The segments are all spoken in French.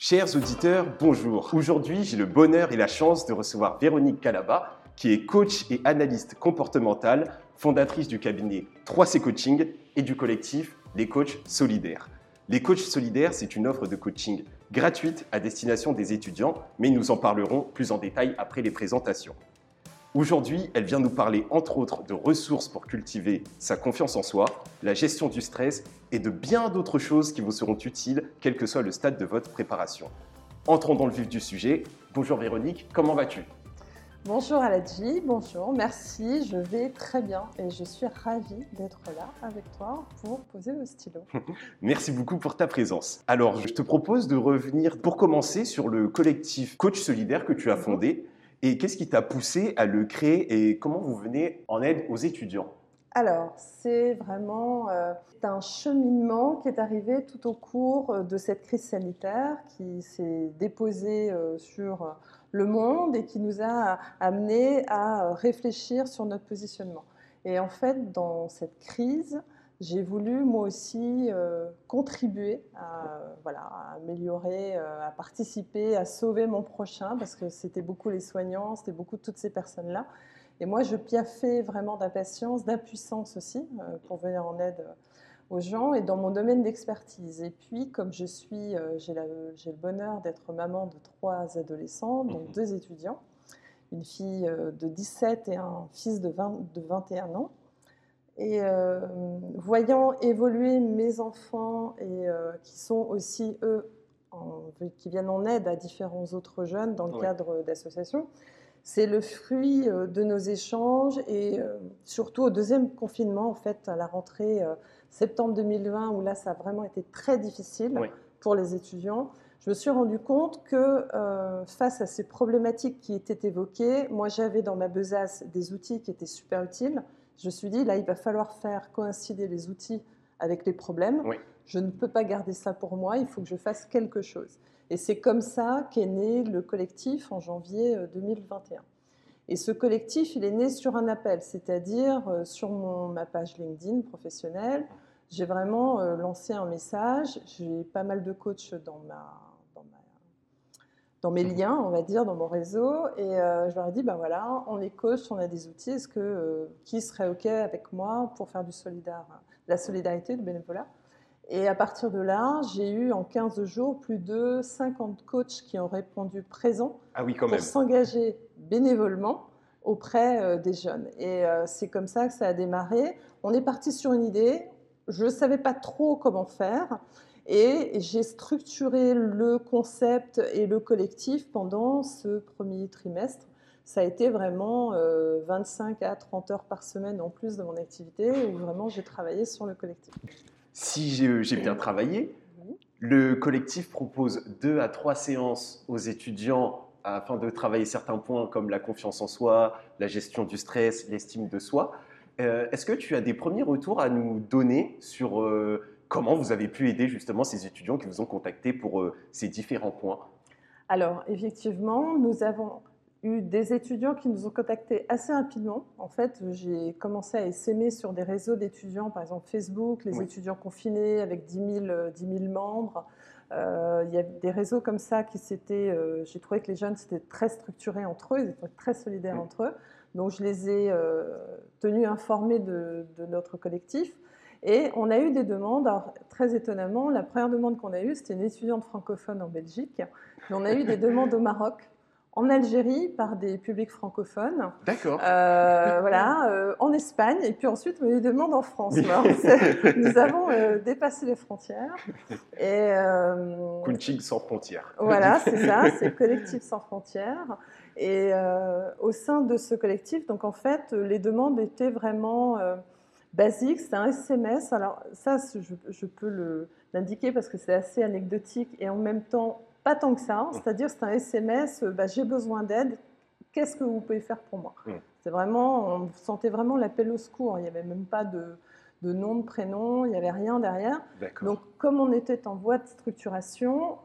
Chers auditeurs, bonjour. Aujourd'hui, j'ai le bonheur et la chance de recevoir Véronique Calaba, qui est coach et analyste comportemental, fondatrice du cabinet 3C Coaching et du collectif Les Coachs Solidaires. Les Coachs Solidaires, c'est une offre de coaching gratuite à destination des étudiants, mais nous en parlerons plus en détail après les présentations. Aujourd'hui, elle vient nous parler entre autres de ressources pour cultiver sa confiance en soi, la gestion du stress et de bien d'autres choses qui vous seront utiles quel que soit le stade de votre préparation. Entrons dans le vif du sujet. Bonjour Véronique, comment vas-tu ? Bonjour Aladji, bonjour, merci, je vais très bien et je suis ravie d'être là avec toi pour poser le stylo. Merci beaucoup pour ta présence. Alors, je te propose de revenir pour commencer sur le collectif Coach Solidaire que tu as fondé. Et qu'est-ce qui t'a poussé à le créer et comment vous venez en aide aux étudiants ? Alors, c'est vraiment un cheminement qui est arrivé tout au cours de cette crise sanitaire qui s'est déposée sur le monde et qui nous a amené à réfléchir sur notre positionnement. Et en fait, dans cette crise, j'ai voulu moi aussi contribuer à améliorer, à participer, à sauver mon prochain parce que c'était beaucoup les soignants, c'était beaucoup toutes ces personnes-là. Et moi, je piaffais vraiment d'impatience, d'impuissance aussi pour venir en aide aux gens et dans mon domaine d'expertise. Et puis, comme j'ai le bonheur d'être maman de 3 adolescents, donc 2 étudiants, une fille de 17 et un fils de 21 ans. Et voyant évoluer mes enfants et qui sont aussi, eux, qui viennent en aide à différents autres jeunes dans le cadre d'associations, c'est le fruit de nos échanges et surtout au deuxième confinement, en fait, à la rentrée septembre 2020, où là, ça a vraiment été très difficile pour les étudiants. Je me suis rendu compte que face à ces problématiques qui étaient évoquées, moi, j'avais dans ma besace des outils qui étaient super utiles. Je me suis dit, là, il va falloir faire coïncider les outils avec les problèmes. Je ne peux pas garder ça pour moi, il faut que je fasse quelque chose. Et c'est comme ça qu'est né le collectif en janvier 2021. Et ce collectif, il est né sur un appel, c'est-à-dire sur ma page LinkedIn professionnelle. J'ai vraiment lancé un message. J'ai pas mal de coachs dans mes liens, on va dire, dans mon réseau. Et je leur ai dit, ben voilà, on est coach, on a des outils. Est-ce que qui serait OK avec moi pour faire la solidarité, du bénévolat ? Et à partir de là, j'ai eu en 15 jours plus de 50 coachs qui ont répondu présents pour s'engager bénévolement auprès des jeunes. Et c'est comme ça que ça a démarré. On est parti sur une idée. Je ne savais pas trop comment faire. Et j'ai structuré le concept et le collectif pendant ce premier trimestre. Ça a été vraiment 25 à 30 heures par semaine en plus de mon activité où vraiment j'ai travaillé sur le collectif. Si j'ai bien travaillé, le collectif propose 2 à 3 séances aux étudiants afin de travailler certains points comme la confiance en soi, la gestion du stress, l'estime de soi. Est-ce que tu as des premiers retours à nous donner sur comment vous avez pu aider justement ces étudiants qui vous ont contacté pour ces différents points ? Alors, effectivement, nous avons eu des étudiants qui nous ont contactés assez rapidement. En fait, j'ai commencé à essaimer sur des réseaux d'étudiants, par exemple Facebook, les étudiants confinés avec 10 000 membres. Il y a des réseaux comme ça qui s'étaient... j'ai trouvé que les jeunes s'étaient très structurés entre eux, ils étaient très solidaires entre eux. Donc, je les ai tenus informés de notre collectif. Et on a eu des demandes, alors, très étonnamment, la première demande qu'on a eue, c'était une étudiante francophone en Belgique. Mais on a eu des demandes au Maroc, en Algérie par des publics francophones. D'accord. En Espagne, et puis ensuite on a eu des demandes en France. Nous avons dépassé les frontières. Coaching sans frontières. Voilà, c'est ça, c'est Collectif sans frontières. Et au sein de ce collectif, donc en fait, les demandes étaient vraiment basiques. C'était un SMS. Alors ça, je peux l'indiquer parce que c'est assez anecdotique et en même temps pas tant que ça. C'est-à-dire, c'est un SMS. J'ai besoin d'aide. Qu'est-ce que vous pouvez faire pour moi ? C'est vraiment, on sentait vraiment l'appel au secours. Il n'y avait même pas de nom, de prénom. Il n'y avait rien derrière. Donc, comme on était en voie de structuration,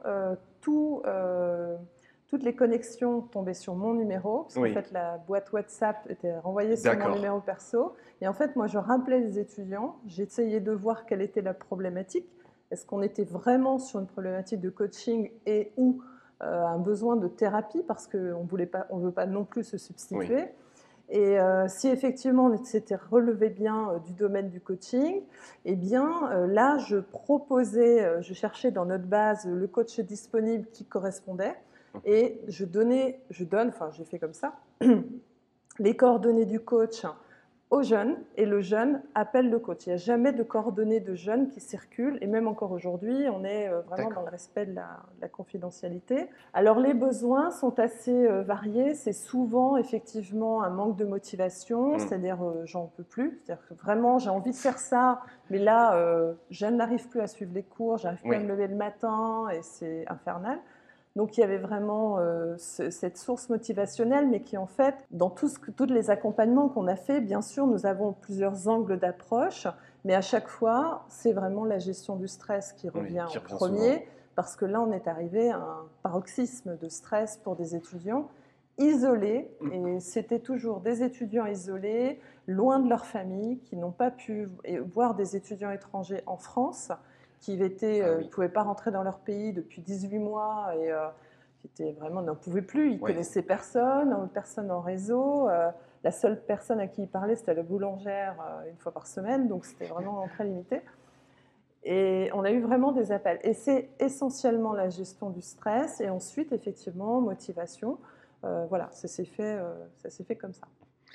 toutes les connexions tombaient sur mon numéro, parce qu'en fait, la boîte WhatsApp était renvoyée sur mon numéro perso. Et en fait, moi, je rappelais les étudiants, j'essayais de voir quelle était la problématique. Est-ce qu'on était vraiment sur une problématique de coaching et ou un besoin de thérapie parce qu'on ne veut pas non plus se substituer. Oui. Et si effectivement on s'était relevé bien du domaine du coaching, eh bien là je cherchais dans notre base le coach disponible qui correspondait et j'ai fait comme ça, les coordonnées du coach au jeune et le jeune appelle le coach. Il n'y a jamais de coordonnées de jeunes qui circulent et même encore aujourd'hui, on est vraiment dans le respect de la confidentialité. Alors les besoins sont assez variés. C'est souvent effectivement un manque de motivation, c'est-à-dire j'en peux plus, c'est-à-dire que vraiment j'ai envie de faire ça, mais là je n'arrive plus à suivre les cours, j'arrive plus à me lever le matin et c'est infernal. Donc il y avait vraiment cette source motivationnelle, mais qui en fait, dans tous les accompagnements qu'on a fait, bien sûr, nous avons plusieurs angles d'approche, mais à chaque fois, c'est vraiment la gestion du stress qui revient en premier, souvent. Parce que là, on est arrivé à un paroxysme de stress pour des étudiants isolés, et c'était toujours des étudiants isolés, loin de leur famille, qui n'ont pas pu voir des étudiants étrangers en France, qui ne pouvaient pas rentrer dans leur pays depuis 18 mois et qui n'en pouvaient plus. Ils ne connaissaient personne en réseau. La seule personne à qui ils parlaient, c'était la boulangère une fois par semaine, donc c'était vraiment très limité. Et on a eu vraiment des appels. Et c'est essentiellement la gestion du stress et ensuite, effectivement, motivation. Voilà, ça s'est fait comme ça.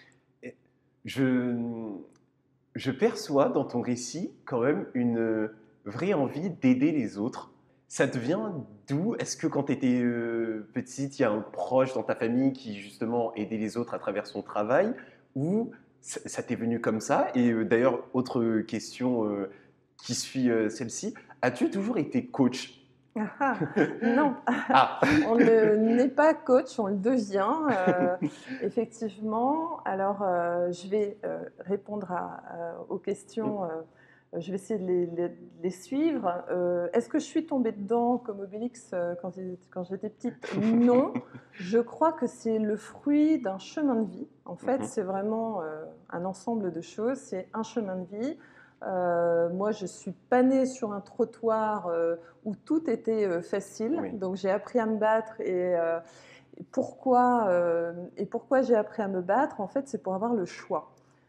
Je perçois dans ton récit quand même une vraie envie d'aider les autres. Ça te vient d'où? Est-ce que quand tu étais petite, il y a un proche dans ta famille qui justement aidait les autres à travers son travail? Ou ça t'est venu comme ça? Et d'ailleurs, autre question qui suit celle-ci, as-tu toujours été coach? Non, on n'est pas coach, on le devient, effectivement. Alors, je vais répondre aux questions, je vais essayer de les suivre. Est-ce que je suis tombée dedans comme Obélix quand j'étais petite? Non, je crois que c'est le fruit d'un chemin de vie. En fait, c'est vraiment un ensemble de choses, c'est un chemin de vie. Moi, je ne suis pas née sur un trottoir où tout était facile, donc j'ai appris à me battre et pourquoi j'ai appris à me battre? En fait, c'est pour avoir le choix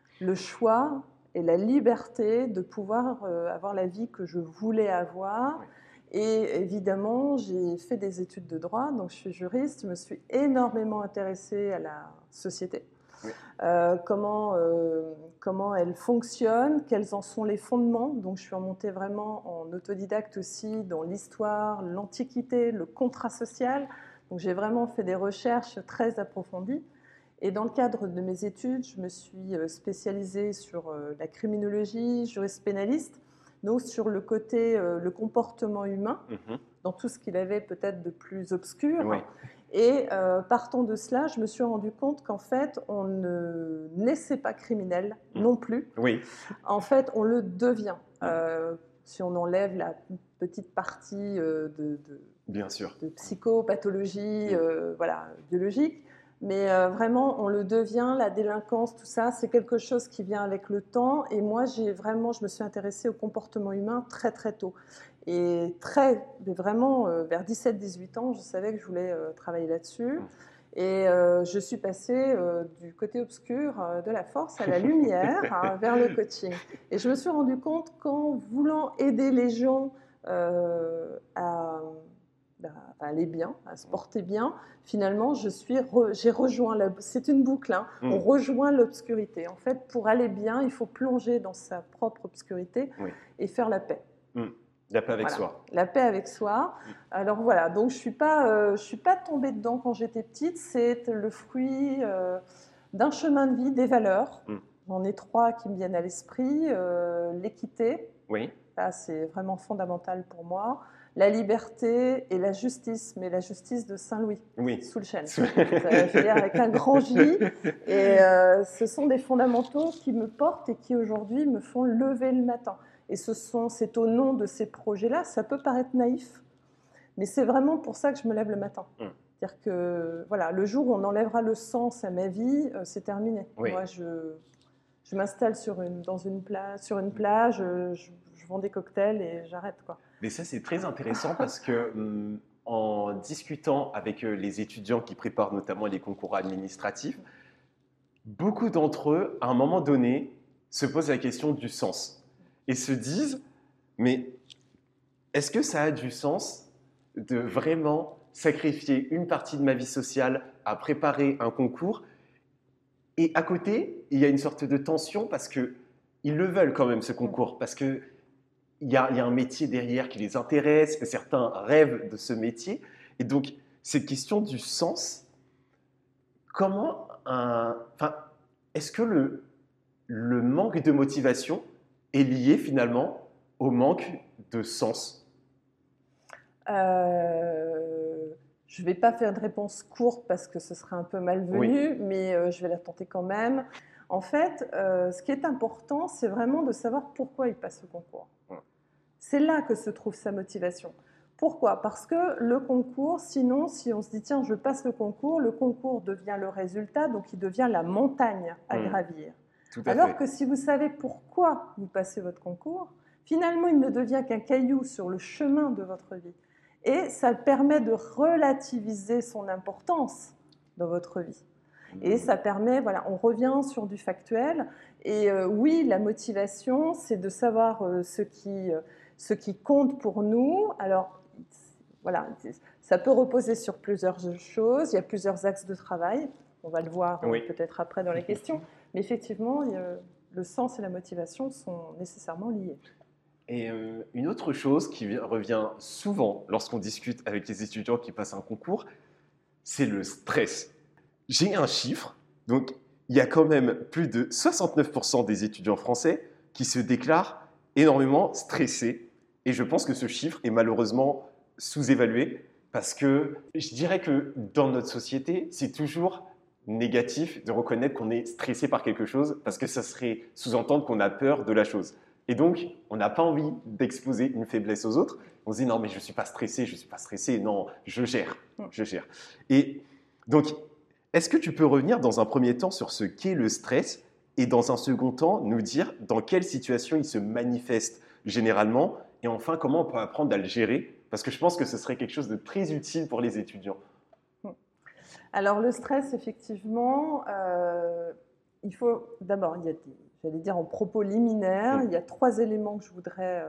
et la liberté de pouvoir avoir la vie que je voulais avoir. Et évidemment, j'ai fait des études de droit, donc je suis juriste, je me suis énormément intéressée à la société. Comment elle fonctionne, quels en sont les fondements. Donc je suis remontée vraiment en autodidacte aussi dans l'histoire, l'Antiquité, le contrat social. Donc j'ai vraiment fait des recherches très approfondies. Et dans le cadre de mes études, je me suis spécialisée sur la criminologie, juriste pénaliste, donc sur le côté, le comportement humain, dans tout ce qu'il avait peut-être de plus obscur. Et partant de cela, je me suis rendu compte qu'en fait, on ne naissait pas criminel non plus. En fait, on le devient. Si on enlève la petite partie Bien sûr. de psychopathologie biologique, mais vraiment, on le devient, la délinquance, tout ça, c'est quelque chose qui vient avec le temps. Et moi, je me suis intéressée au comportement humain très, très tôt. Et vraiment, vers 17-18 ans, je savais que je voulais travailler là-dessus. Et je suis passée du côté obscur de la force à la lumière, vers le coaching. Et je me suis rendu compte qu'en voulant aider les gens à aller bien, à se porter bien, finalement, j'ai rejoint, c'est une boucle, on rejoint l'obscurité. En fait, pour aller bien, il faut plonger dans sa propre obscurité et faire la paix. La paix avec soi. La paix avec soi. Alors voilà, donc je suis pas tombée dedans quand j'étais petite. C'est le fruit d'un chemin de vie, des valeurs. J'en ai 3 qui me viennent à l'esprit. L'équité, là c'est vraiment fondamental pour moi. La liberté et la justice, mais la justice de Saint-Louis, sous le chêne. Je veux dire avec un grand J. Et ce sont des fondamentaux qui me portent et qui aujourd'hui me font lever le matin. Et c'est au nom de ces projets-là, ça peut paraître naïf, mais c'est vraiment pour ça que je me lève le matin. C'est-à-dire que voilà, le jour où on enlèvera le sens à ma vie, c'est terminé. Moi, je m'installe sur une plage, je vends des cocktails et j'arrête, quoi. Mais ça, c'est très intéressant parce que en discutant avec les étudiants qui préparent notamment les concours administratifs, beaucoup d'entre eux, à un moment donné, se posent la question du sens et se disent, mais est-ce que ça a du sens de vraiment sacrifier une partie de ma vie sociale à préparer un concours? Et à côté, il y a une sorte de tension parce qu'ils le veulent quand même, ce concours, parce qu'il y a un métier derrière qui les intéresse, que certains rêvent de ce métier. Et donc, cette question du sens, est-ce que le manque de motivation est lié finalement au manque de sens? Je ne vais pas faire de réponse courte parce que ce serait un peu malvenu, mais je vais la tenter quand même. En fait, ce qui est important, c'est vraiment de savoir pourquoi il passe ce concours. C'est là que se trouve sa motivation. Pourquoi? Parce que le concours, sinon, si on se dit tiens, je passe le concours devient le résultat, donc il devient la montagne à gravir. Alors que si vous savez pourquoi vous passez votre concours, finalement, il ne devient qu'un caillou sur le chemin de votre vie. Et ça permet de relativiser son importance dans votre vie. Et ça permet, voilà, on revient sur du factuel. Et oui, la motivation, c'est de savoir ce qui compte pour nous. Alors, voilà, ça peut reposer sur plusieurs choses. Il y a plusieurs axes de travail. On va le voir peut-être après dans les questions. Mais effectivement, le sens et la motivation sont nécessairement liés. Et une autre chose qui revient souvent lorsqu'on discute avec les étudiants qui passent un concours, c'est le stress. J'ai un chiffre, donc il y a quand même plus de 69% des étudiants français qui se déclarent énormément stressés. Et je pense que ce chiffre est malheureusement sous-évalué parce que je dirais que dans notre société, c'est toujours négatif de reconnaître qu'on est stressé par quelque chose parce que ça serait sous-entendre qu'on a peur de la chose. Et donc, on n'a pas envie d'exposer une faiblesse aux autres. On se dit non, mais je ne suis pas stressé, non, je gère. Et donc, est-ce que tu peux revenir dans un premier temps sur ce qu'est le stress et dans un second temps, nous dire dans quelle situation il se manifeste généralement et enfin, comment on peut apprendre à le gérer? Parce que je pense que ce serait quelque chose de très utile pour les étudiants. Alors, le stress, effectivement, il faut d'abord, j'allais dire en propos liminaire, il y a 3 éléments que je voudrais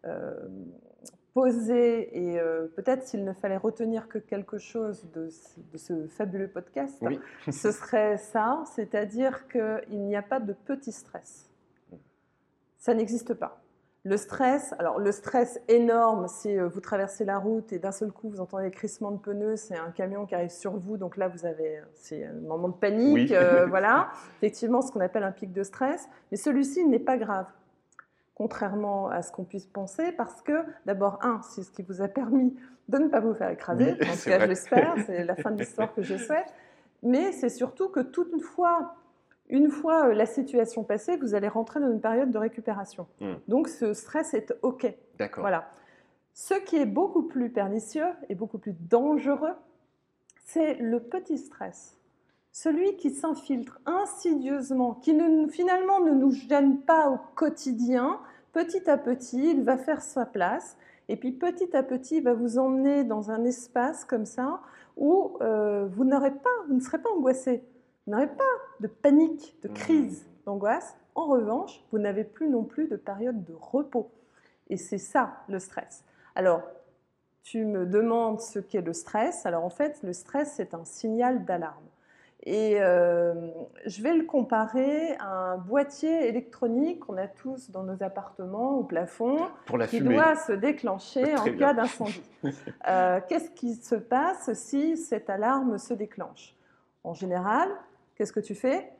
poser et peut-être s'il ne fallait retenir que quelque chose de ce fabuleux podcast, ce serait ça, c'est-à-dire qu'il n'y a pas de petit stress. Ça n'existe pas. Le stress, alors le stress énorme, c'est vous traversez la route et d'un seul coup vous entendez les crissements de pneus, c'est un camion qui arrive sur vous, donc là c'est un moment de panique, voilà. Effectivement, ce qu'on appelle un pic de stress, mais celui-ci n'est pas grave, contrairement à ce qu'on puisse penser, parce que d'abord, c'est ce qui vous a permis de ne pas vous faire écraser, en tout cas j'espère, c'est la fin de l'histoire que je souhaite, mais c'est surtout que une fois la situation passée, vous allez rentrer dans une période de récupération. Donc, ce stress est OK. D'accord. Voilà. Ce qui est beaucoup plus pernicieux et beaucoup plus dangereux, c'est le petit stress. Celui qui s'infiltre insidieusement, qui finalement ne nous gêne pas au quotidien. Petit à petit, il va faire sa place. Et puis, petit à petit, il va vous emmener dans un espace comme ça où vous ne serez pas angoissé. Vous n'aurez pas de panique, de crise, d'angoisse. En revanche, vous n'avez plus non plus de période de repos. Et c'est ça, le stress. Alors, tu me demandes ce qu'est le stress. Alors, en fait, le stress, c'est un signal d'alarme. Et je vais le comparer à un boîtier électronique qu'on a tous dans nos appartements, au plafond, qui doit se déclencher en cas d'incendie. Qu'est-ce qui se passe si cette alarme se déclenche? En général, qu'est-ce que tu fais?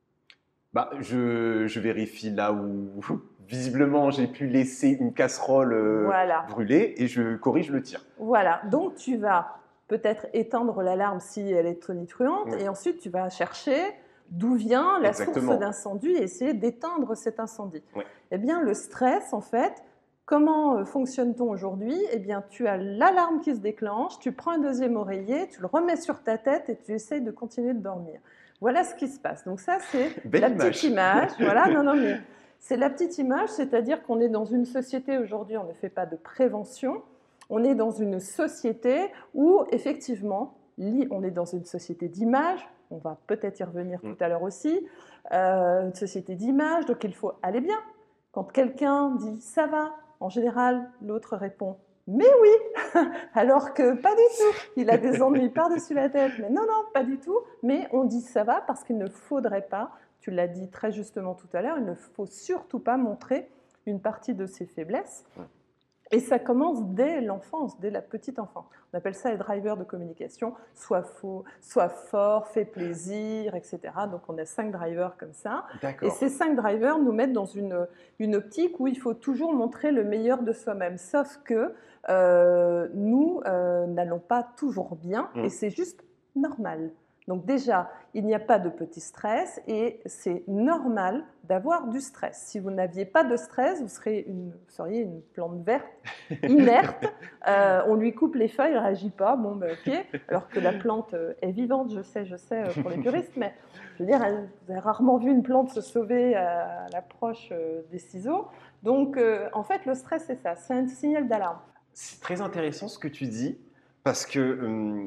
Je vérifie là où visiblement j'ai pu laisser une casserole brûlée et je corrige le tir. Voilà, donc tu vas peut-être éteindre l'alarme si elle est tonitruante et ensuite tu vas chercher d'où vient la source d'incendie et essayer d'éteindre cet incendie. Eh bien, le stress, en fait, comment fonctionne-t-on aujourd'hui? Eh bien, tu as l'alarme qui se déclenche, tu prends un deuxième oreiller, tu le remets sur ta tête et tu essayes de continuer de dormir. Voilà ce qui se passe. Donc ça, c'est la petite image. Voilà, non, mais C'est la petite image, c'est-à-dire qu'on est dans une société aujourd'hui, on ne fait pas de prévention, on est dans une société où effectivement, on est dans une société d'image, on va peut-être y revenir tout à l'heure aussi, une société d'image, donc il faut aller bien. Quand quelqu'un dit « ça va », en général, l'autre répond « mais oui », alors que pas du tout, il a des ennuis par-dessus la tête, mais non, non, pas du tout, mais on dit « ça va » parce qu'il ne faudrait pas, tu l'as dit très justement tout à l'heure, il ne faut surtout pas montrer une partie de ses faiblesses. Et ça commence dès l'enfance, dès la petite enfance. On appelle ça les drivers de communication, soit faux, soit fort, fait plaisir, etc. Donc on a 5 drivers comme ça. Et ces 5 drivers nous mettent dans une optique où il faut toujours montrer le meilleur de soi-même. Sauf que nous n'allons pas toujours bien et c'est juste normal. Donc déjà, il n'y a pas de petit stress et c'est normal d'avoir du stress. Si vous n'aviez pas de stress, vous seriez une plante verte, inerte. On lui coupe les feuilles, elle ne réagit pas, bon ben ok. Alors que la plante est vivante, je sais, pour les puristes, mais je veux dire, vous avez rarement vu une plante se sauver à l'approche des ciseaux. Donc en fait, le stress, c'est ça, c'est un signal d'alarme. C'est très intéressant ce que tu dis, parce que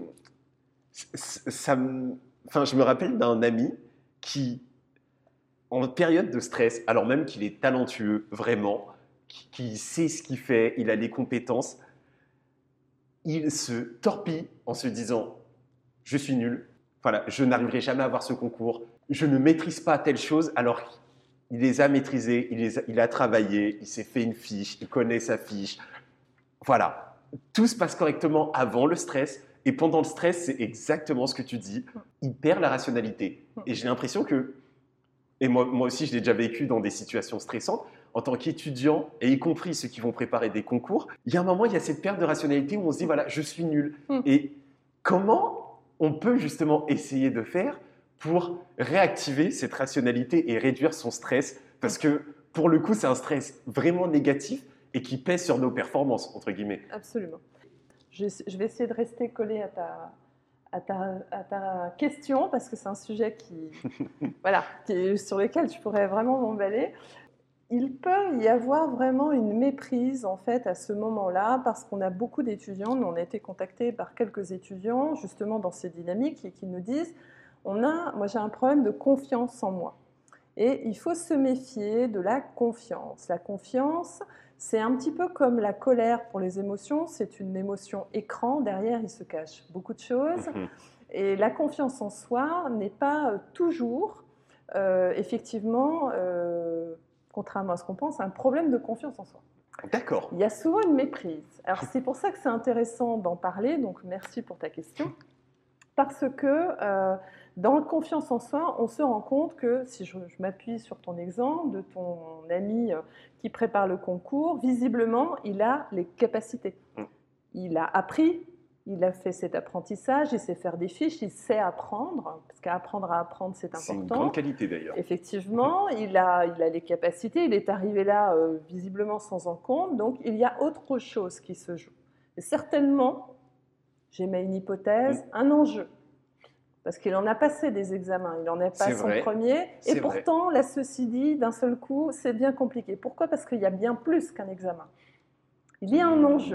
je me rappelle d'un ami qui, en période de stress, alors même qu'il est talentueux, vraiment, qui sait ce qu'il fait, il a les compétences, il se torpille en se disant « je suis nul, voilà, je n'arriverai jamais à avoir ce concours, je ne maîtrise pas telle chose », alors qu'il les a maîtrisées, il a travaillé, il s'est fait une fiche, il connaît sa fiche. Voilà, tout se passe correctement avant le stress. Et pendant le stress, c'est exactement ce que tu dis. Il perd la rationalité. Et j'ai l'impression que, et moi aussi je l'ai déjà vécu dans des situations stressantes, en tant qu'étudiant, et y compris ceux qui vont préparer des concours, il y a un moment, il y a cette perte de rationalité où on se dit, voilà, je suis nul. Et comment on peut justement essayer de faire pour réactiver cette rationalité et réduire son stress? Parce que pour le coup, c'est un stress vraiment négatif et qui pèse sur nos performances, entre guillemets. Absolument. Je vais essayer de rester collée à ta question parce que c'est un sujet sur lequel tu pourrais vraiment m'emballer. Il peut y avoir vraiment une méprise en fait à ce moment-là parce qu'on a beaucoup d'étudiants, nous on a été contactés par quelques étudiants justement dans ces dynamiques et qui nous disent moi j'ai un problème de confiance en moi. Et il faut se méfier de la confiance. La confiance, c'est un petit peu comme la colère pour les émotions, c'est une émotion écran, derrière il se cache beaucoup de choses. Et la confiance en soi n'est pas toujours, effectivement, contrairement à ce qu'on pense, un problème de confiance en soi. D'accord. Il y a souvent une méprise. Alors c'est pour ça que c'est intéressant d'en parler, donc merci pour ta question. Parce que dans la confiance en soi, on se rend compte que, si je m'appuie sur ton exemple de ton ami qui prépare le concours, visiblement, il a les capacités. Il a appris, il a fait cet apprentissage, il sait faire des fiches, il sait apprendre, parce qu'apprendre à apprendre, c'est important. C'est une grande qualité d'ailleurs. Effectivement, il a les capacités, il est arrivé là visiblement sans en compte, donc il y a autre chose qui se joue. Et certainement, j'émets une hypothèse, un enjeu. Parce qu'il en a passé des examens, il n'en est pas son premier. Et pourtant, là, ceci dit, d'un seul coup, c'est bien compliqué. Pourquoi ? Parce qu'il y a bien plus qu'un examen. Il y a un enjeu.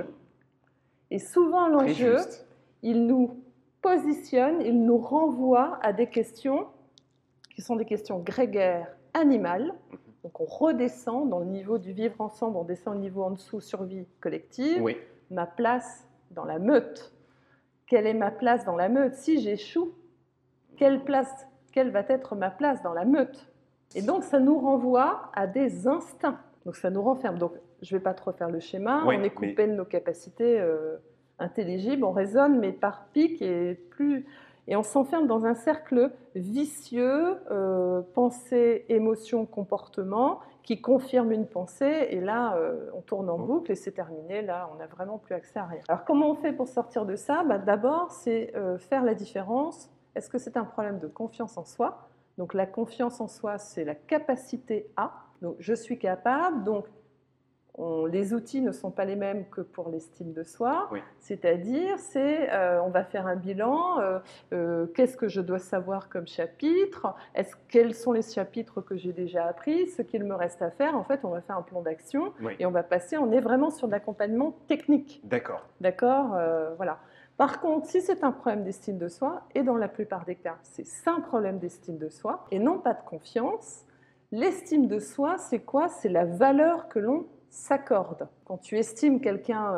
Et souvent, l'enjeu, il nous positionne, il nous renvoie à des questions qui sont des questions grégaires, animales. Donc on redescend dans le niveau du vivre ensemble, on descend au niveau en dessous, survie collective. Oui. Ma place dans la meute. Quelle est ma place dans la meute ? Si j'échoue, quelle va être ma place dans la meute ? Et donc, ça nous renvoie à des instincts. Donc, ça nous renferme. Donc, je ne vais pas trop faire le schéma. On est coupé de nos capacités intelligibles, on raisonne, mais par pic et on s'enferme dans un cercle vicieux, pensée, émotion, comportement, qui confirme une pensée. Et là, on tourne en boucle et c'est terminé. Là, on n'a vraiment plus accès à rien. Alors, comment on fait pour sortir de ça ? D'abord, c'est faire la différence. Est-ce que c'est un problème de confiance en soi ? Donc la confiance en soi, c'est la capacité à. Donc je suis capable. Donc Les outils ne sont pas les mêmes que pour l'estime de soi, Oui. c'est-à-dire on va faire un bilan, qu'est-ce que je dois savoir comme chapitre, quels sont les chapitres que j'ai déjà appris, ce qu'il me reste à faire. En fait, on va faire un plan d'action et on est vraiment sur de l'accompagnement technique. D'accord. D'accord, voilà. Par contre, si c'est un problème d'estime de soi, et dans la plupart des cas, c'est un problème d'estime de soi et non pas de confiance, l'estime de soi, c'est quoi? C'est la valeur que l'on s'accorde. Quand tu estimes quelqu'un,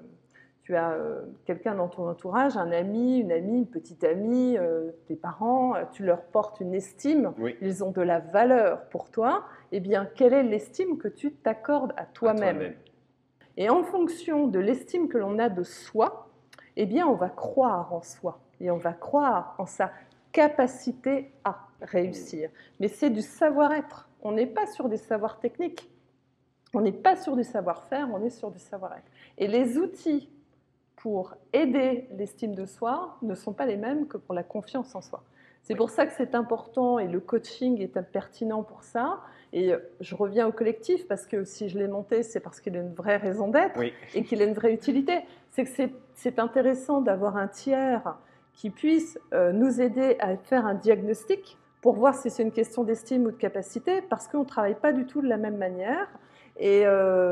tu as quelqu'un dans ton entourage, un ami, une petite amie, tes parents, tu leur portes une estime, ils ont de la valeur pour toi, eh bien, quelle est l'estime que tu t'accordes à toi-même? Et en fonction de l'estime que l'on a de soi, eh bien, on va croire en soi et on va croire en sa capacité à réussir. Mais c'est du savoir-être. On n'est pas sur des savoirs techniques. On n'est pas sur du savoir-faire, on est sur du savoir-être. Et les outils pour aider l'estime de soi ne sont pas les mêmes que pour la confiance en soi. C'est pour ça que c'est important et le coaching est pertinent pour ça. Et je reviens au collectif parce que si je l'ai monté, c'est parce qu'il a une vraie raison d'être et qu'il a une vraie utilité. C'est que c'est intéressant d'avoir un tiers qui puisse nous aider à faire un diagnostic pour voir si c'est une question d'estime ou de capacité, parce qu'on ne travaille pas du tout de la même manière. Et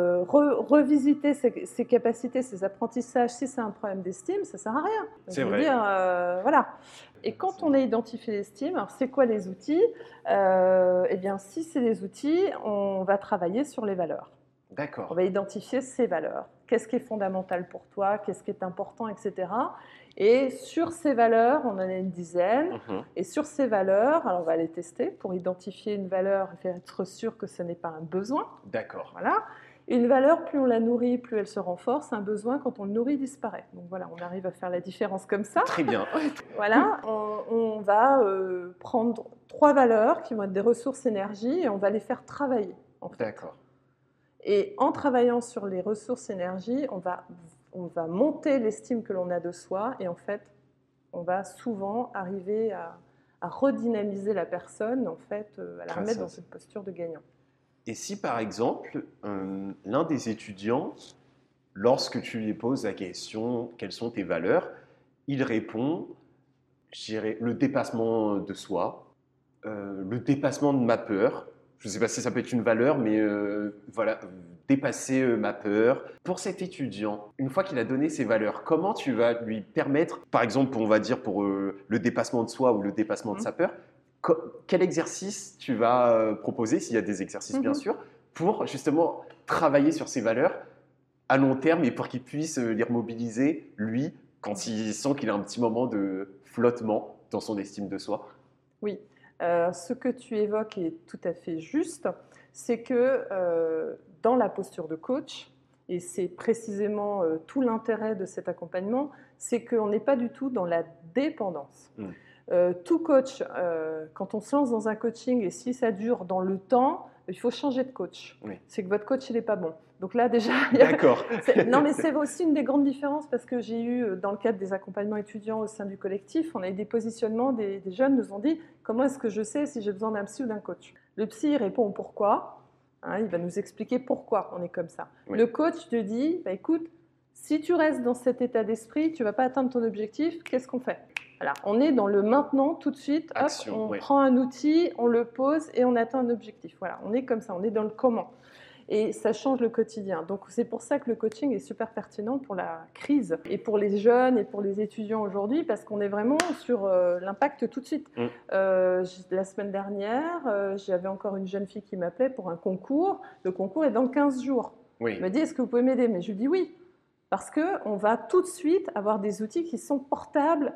revisiter ses capacités, ses apprentissages, si c'est un problème d'estime, ça ne sert à rien. C'est vrai. Voilà. Et quand on a identifié l'estime, alors c'est quoi les outils? Eh bien, si c'est des outils, on va travailler sur les valeurs. D'accord. On va identifier ces valeurs. Qu'est-ce qui est fondamental pour toi? Qu'est-ce qui est important, etc. Et sur ces valeurs, on en a une dizaine. Et sur ces valeurs, alors on va les tester pour identifier une valeur et faire être sûr que ce n'est pas un besoin. D'accord. Voilà. Une valeur, plus on la nourrit, plus elle se renforce. Un besoin, quand on le nourrit, disparaît. Donc voilà, on arrive à faire la différence comme ça. Très bien. Voilà, on va prendre 3 valeurs qui vont être des ressources énergie et on va les faire travailler. En fait. D'accord. Et en travaillant sur les ressources énergie, on va monter l'estime que l'on a de soi et en fait, on va souvent arriver à redynamiser la personne, en fait, à la remettre dans une posture de gagnant. Et si par exemple, l'un des étudiants, lorsque tu lui poses la question « quelles sont tes valeurs ?», il répond « je dirais le dépassement de soi, le dépassement de ma peur ». Je ne sais pas si ça peut être une valeur, mais voilà, dépasser ma peur. Pour cet étudiant, une fois qu'il a donné ses valeurs, comment tu vas lui permettre, par exemple, on va dire pour le dépassement de soi ou le dépassement de sa peur, quel exercice tu vas proposer, s'il y a des exercices bien sûr, pour justement travailler sur ses valeurs à long terme et pour qu'il puisse les remobiliser, lui, quand il sent qu'il a un petit moment de flottement dans son estime de soi? Oui. Ce que tu évoques est tout à fait juste, c'est que dans la posture de coach, et c'est précisément tout l'intérêt de cet accompagnement, c'est qu'on n'est pas du tout dans la dépendance. Tout coach, quand on se lance dans un coaching et si ça dure dans le temps, il faut changer de coach. C'est que votre coach, il n'est pas bon. Donc là, déjà... D'accord. Non, mais c'est aussi une des grandes différences parce que j'ai eu, dans le cadre des accompagnements étudiants au sein du collectif, on a eu des positionnements, des jeunes nous ont dit « Comment est-ce que je sais si j'ai besoin d'un psy ou d'un coach ?» Le psy, il répond au pourquoi. Il va nous expliquer pourquoi on est comme ça. Le coach te dit « Écoute, si tu restes dans cet état d'esprit, tu ne vas pas atteindre ton objectif, qu'est-ce qu'on fait ?» Voilà, on est dans le maintenant tout de suite, action, on prend un outil, on le pose et on atteint un objectif. Voilà, on est comme ça, on est dans le comment. Et ça change le quotidien. Donc c'est pour ça que le coaching est super pertinent pour la crise et pour les jeunes et pour les étudiants aujourd'hui parce qu'on est vraiment sur l'impact tout de suite. La semaine dernière, j'avais encore une jeune fille qui m'appelait pour un concours. Le concours est dans 15 jours. Elle me dit « Est-ce que vous pouvez m'aider ?» Mais je lui dis oui. Parce qu'on va tout de suite avoir des outils qui sont portables,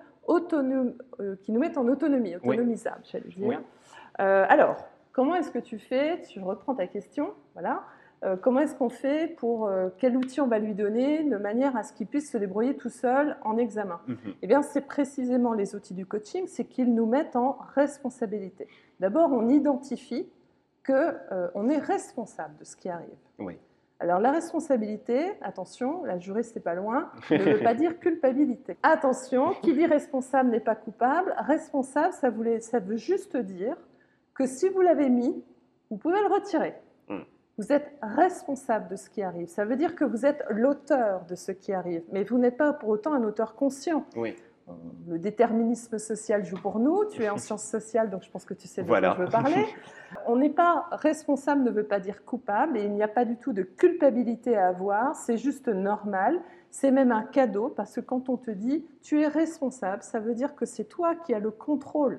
qui nous mettent en autonomie, autonomisables, j'allais dire. Alors, comment est-ce que tu fais? Je reprends ta question. Voilà. Comment est-ce qu'on fait pour quel outil on va lui donner de manière à ce qu'il puisse se débrouiller tout seul en examen? Eh bien, c'est précisément les outils du coaching, c'est qu'ils nous mettent en responsabilité. D'abord, on identifie qu'on est responsable de ce qui arrive. Alors la responsabilité, attention, la juriste n'est pas loin, ne veut pas dire culpabilité. Attention, qui dit responsable n'est pas coupable. Responsable, ça veut juste dire que si vous l'avez mis, vous pouvez le retirer. Vous êtes responsable de ce qui arrive. Ça veut dire que vous êtes l'auteur de ce qui arrive, mais vous n'êtes pas pour autant un auteur conscient. Oui. Le déterminisme social joue pour nous. Tu es en sciences sociales, donc je pense que tu sais de quoi je veux parler. On n'est pas responsable, ne veut pas dire coupable, et il n'y a pas du tout de culpabilité à avoir. C'est juste normal. C'est même un cadeau, parce que quand on te dit tu es responsable, ça veut dire que c'est toi qui as le contrôle.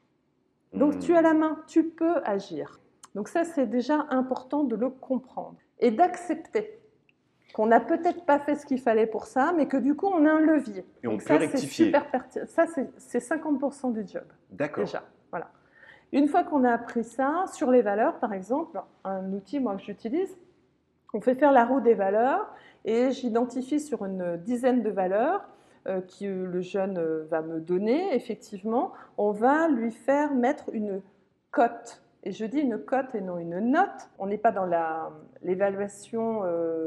Donc tu as la main, tu peux agir. Donc ça, c'est déjà important de le comprendre et d'accepter qu'on n'a peut-être pas fait ce qu'il fallait pour ça, mais que du coup, on a un levier. Et on donc peut ça, rectifier. C'est super pertinent. Ça, c'est 50% du job. D'accord. Déjà, voilà. Une fois qu'on a appris ça, sur les valeurs, par exemple, un outil moi, que j'utilise, on fait faire la roue des valeurs et j'identifie sur une dizaine de valeurs que le jeune va me donner. Effectivement, on va lui faire mettre une cote. Et je dis une cote et non une note. On n'est pas dans l'évaluation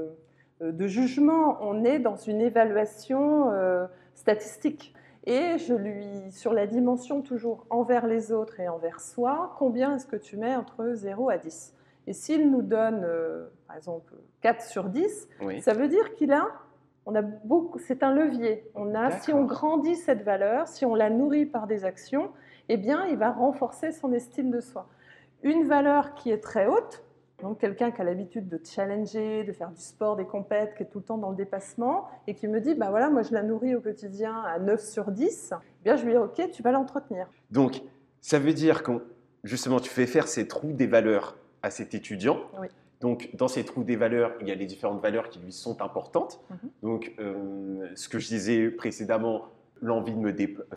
de jugement, on est dans une évaluation statistique. Et je lui, sur la dimension toujours envers les autres et envers soi, combien est-ce que tu mets entre 0 à 10 ? Et s'il nous donne, par exemple, 4 sur 10, oui. Ça veut dire qu'il a, c'est un levier. Si on grandit cette valeur, si on la nourrit par des actions, eh bien, il va renforcer son estime de soi. Une valeur qui est très haute, donc quelqu'un qui a l'habitude de challenger, de faire du sport, des compètes, qui est tout le temps dans le dépassement, et qui me dit, bah voilà, moi je la nourris au quotidien à 9 sur 10, eh bien je lui dis, ok, tu vas l'entretenir. Donc, ça veut dire que justement, tu fais faire ces trous des valeurs à cet étudiant. Oui. Donc, dans ces trous des valeurs, il y a les différentes valeurs qui lui sont importantes. Donc, ce que je disais précédemment, l'envie de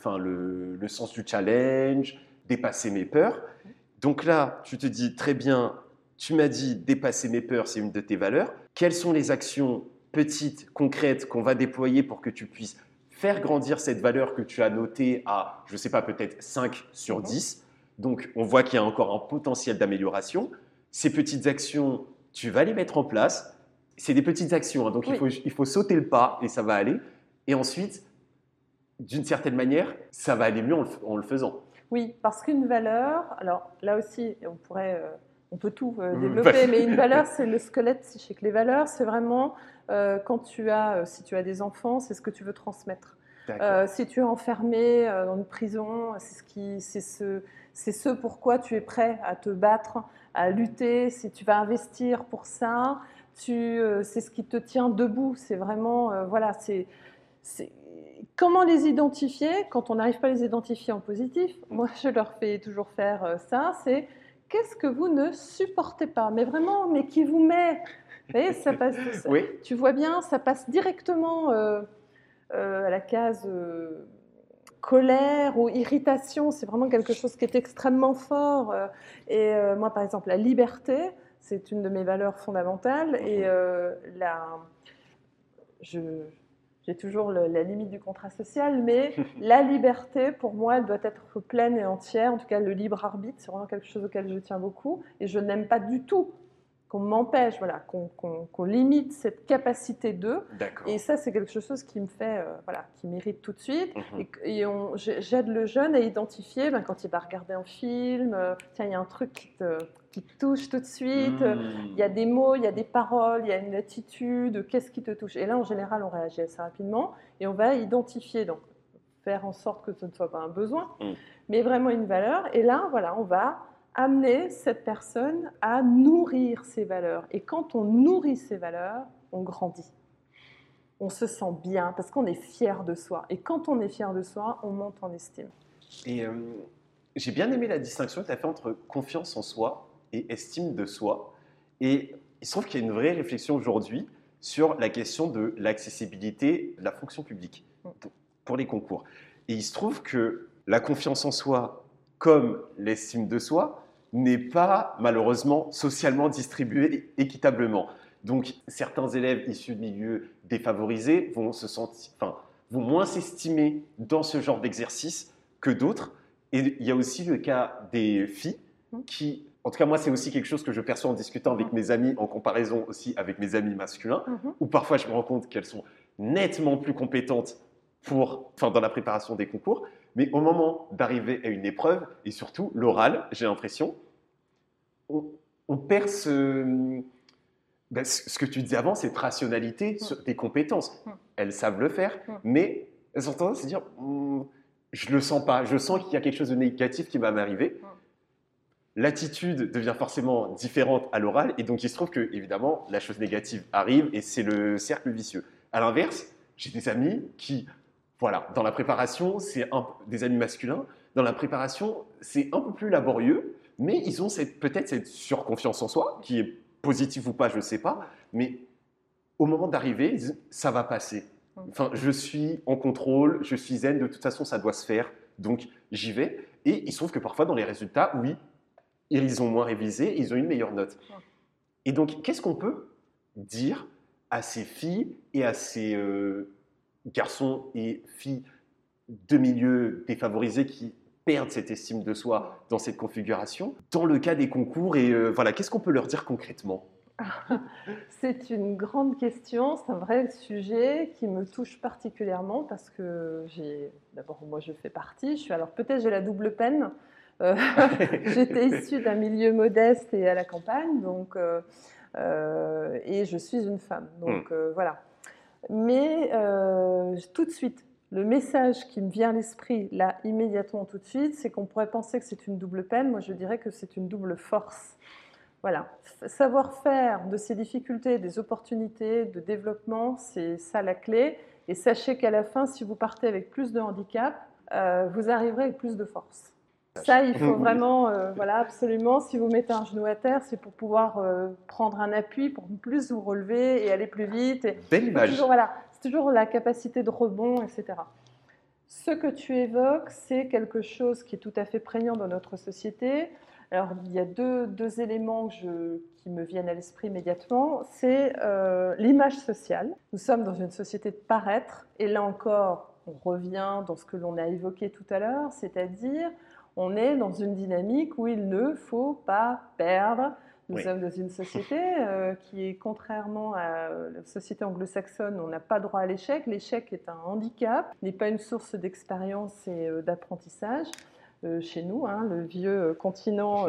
le sens du challenge, dépasser mes peurs. Donc là, tu te dis très bien, tu m'as dit dépasser mes peurs, c'est une de tes valeurs. Quelles sont les actions petites, concrètes qu'on va déployer pour que tu puisses faire grandir cette valeur que tu as notée à, je ne sais pas, peut-être 5 sur 10. Donc, on voit qu'il y a encore un potentiel d'amélioration. Ces petites actions, tu vas les mettre en place. C'est des petites actions, hein, donc oui. il faut sauter le pas et ça va aller. Et ensuite, d'une certaine manière, ça va aller mieux en le faisant. Oui, parce qu'une valeur, alors là aussi, on peut tout développer, mais une valeur, c'est le squelette psychique. Les valeurs, c'est vraiment si tu as des enfants, c'est ce que tu veux transmettre. Si tu es enfermé dans une prison, c'est ce pourquoi tu es prêt à te battre, à lutter. Si tu vas investir pour ça, c'est ce qui te tient debout. C'est vraiment, comment les identifier quand on n'arrive pas à les identifier en positif? Moi, je leur fais toujours faire ça, c'est qu'est-ce que vous ne supportez pas? Mais vraiment, mais qui vous met? Vous voyez, ça passe, oui. Tu vois bien, ça passe directement à la case colère ou irritation. C'est vraiment quelque chose qui est extrêmement fort. Moi, par exemple, la liberté, c'est une de mes valeurs fondamentales. Et j'ai toujours la limite du contrat social, mais la liberté, pour moi, elle doit être pleine et entière. En tout cas, le libre arbitre, c'est vraiment quelque chose auquel je tiens beaucoup. Et je n'aime pas du tout qu'on m'empêche, qu'on limite cette capacité d'eux. Et ça, c'est quelque chose qui me fait, qui m'irrite tout de suite. J'aide le jeune à identifier, quand il va regarder un film, tiens, il y a un truc qui te touche tout de suite, il y a des mots, il y a des paroles, il y a une attitude, qu'est-ce qui te touche? Et là, en général, on réagit assez rapidement et on va identifier, donc faire en sorte que ce ne soit pas un besoin, mais vraiment une valeur. Et là, on va amener cette personne à nourrir ses valeurs. Et quand on nourrit ses valeurs, on grandit. On se sent bien parce qu'on est fier de soi. Et quand on est fier de soi, on monte en estime. Et j'ai bien aimé la distinction que tu as faite entre confiance en soi et estime de soi. Et il se trouve qu'il y a une vraie réflexion aujourd'hui sur la question de l'accessibilité de la fonction publique pour les concours. Et il se trouve que la confiance en soi, comme l'estime de soi, n'est pas malheureusement socialement distribuée équitablement. Donc certains élèves issus de milieux défavorisés vont moins s'estimer dans ce genre d'exercice que d'autres. Et il y a aussi le cas des filles qui, en tout cas moi c'est aussi quelque chose que je perçois en discutant avec mes amis, en comparaison aussi avec mes amis masculins, où parfois je me rends compte qu'elles sont nettement plus compétentes dans la préparation des concours, mais au moment d'arriver à une épreuve, et surtout l'oral, j'ai l'impression, on perd ce que tu disais avant, cette rationalité des compétences. Elles savent le faire, mais elles ont tendance à se dire je le sens pas, je sens qu'il y a quelque chose de négatif qui va m'arriver. L'attitude devient forcément différente à l'oral, et donc il se trouve que, évidemment, la chose négative arrive, et c'est le cercle vicieux. À l'inverse, j'ai des amis qui, voilà, dans la préparation, des amis masculins, dans la préparation, c'est un peu plus laborieux, mais ils ont peut-être cette surconfiance en soi, qui est positive ou pas, je ne sais pas, mais au moment d'arriver, ils disent, ça va passer. Enfin, je suis en contrôle, je suis zen, de toute façon, ça doit se faire, donc j'y vais. Et il se trouve que parfois, dans les résultats, oui, ils ont moins révisé, ils ont une meilleure note. Et donc, qu'est-ce qu'on peut dire à ces filles et à ces garçons et filles de milieux défavorisés qui perdent cette estime de soi dans cette configuration, dans le cas des concours, et voilà, qu'est-ce qu'on peut leur dire concrètement? C'est une grande question, c'est un vrai sujet qui me touche particulièrement parce que d'abord moi je fais partie, alors peut-être j'ai la double peine. J'étais issue d'un milieu modeste et à la campagne, donc, et je suis une femme, donc voilà. Mais tout de suite, le message qui me vient à l'esprit, là, immédiatement, tout de suite, c'est qu'on pourrait penser que c'est une double peine. Moi, je dirais que c'est une double force. Voilà. Savoir faire de ces difficultés des opportunités de développement, c'est ça la clé. Et sachez qu'à la fin, si vous partez avec plus de handicap, vous arriverez avec plus de force. Ça, il faut vraiment, voilà, absolument, si vous mettez un genou à terre, c'est pour pouvoir prendre un appui, pour plus vous relever et aller plus vite. Belle image. Toujours, voilà, c'est toujours la capacité de rebond, etc. Ce que tu évoques, c'est quelque chose qui est tout à fait prégnant dans notre société. Alors, il y a deux éléments qui me viennent à l'esprit immédiatement. C'est l'image sociale. Nous sommes dans une société de paraître, et là encore, on revient dans ce que l'on a évoqué tout à l'heure, c'est-à-dire on est dans une dynamique où il ne faut pas perdre. Nous sommes dans une société qui est, contrairement à la société anglo-saxonne, on n'a pas droit à l'échec. L'échec est un handicap, n'est pas une source d'expérience et d'apprentissage. Chez nous, hein, le vieux continent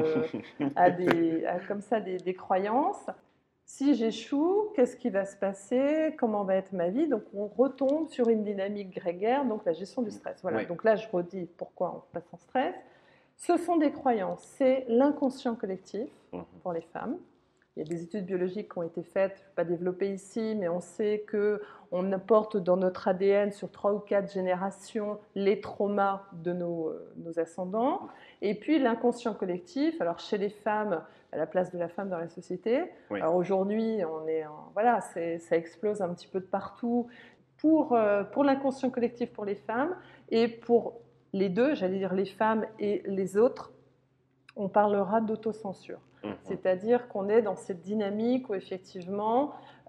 a comme ça des croyances. Si j'échoue, qu'est-ce qui va se passer? Comment va être ma vie? Donc on retombe sur une dynamique grégaire, donc la gestion du stress. Voilà. Donc là, je redis pourquoi on passe en stress. Ce sont des croyances, c'est l'inconscient collectif pour les femmes. Il y a des études biologiques qui ont été faites, je ne vais pas développer ici, mais on sait qu'on apporte dans notre ADN sur 3 ou 4 générations les traumas de nos ascendants. Et puis l'inconscient collectif, alors chez les femmes, à la place de la femme dans la société. Alors aujourd'hui, voilà, ça explose un petit peu de partout pour l'inconscient collectif pour les femmes, et pour les deux, j'allais dire les femmes et les autres, on parlera d'autocensure. C'est-à-dire qu'on est dans cette dynamique où effectivement,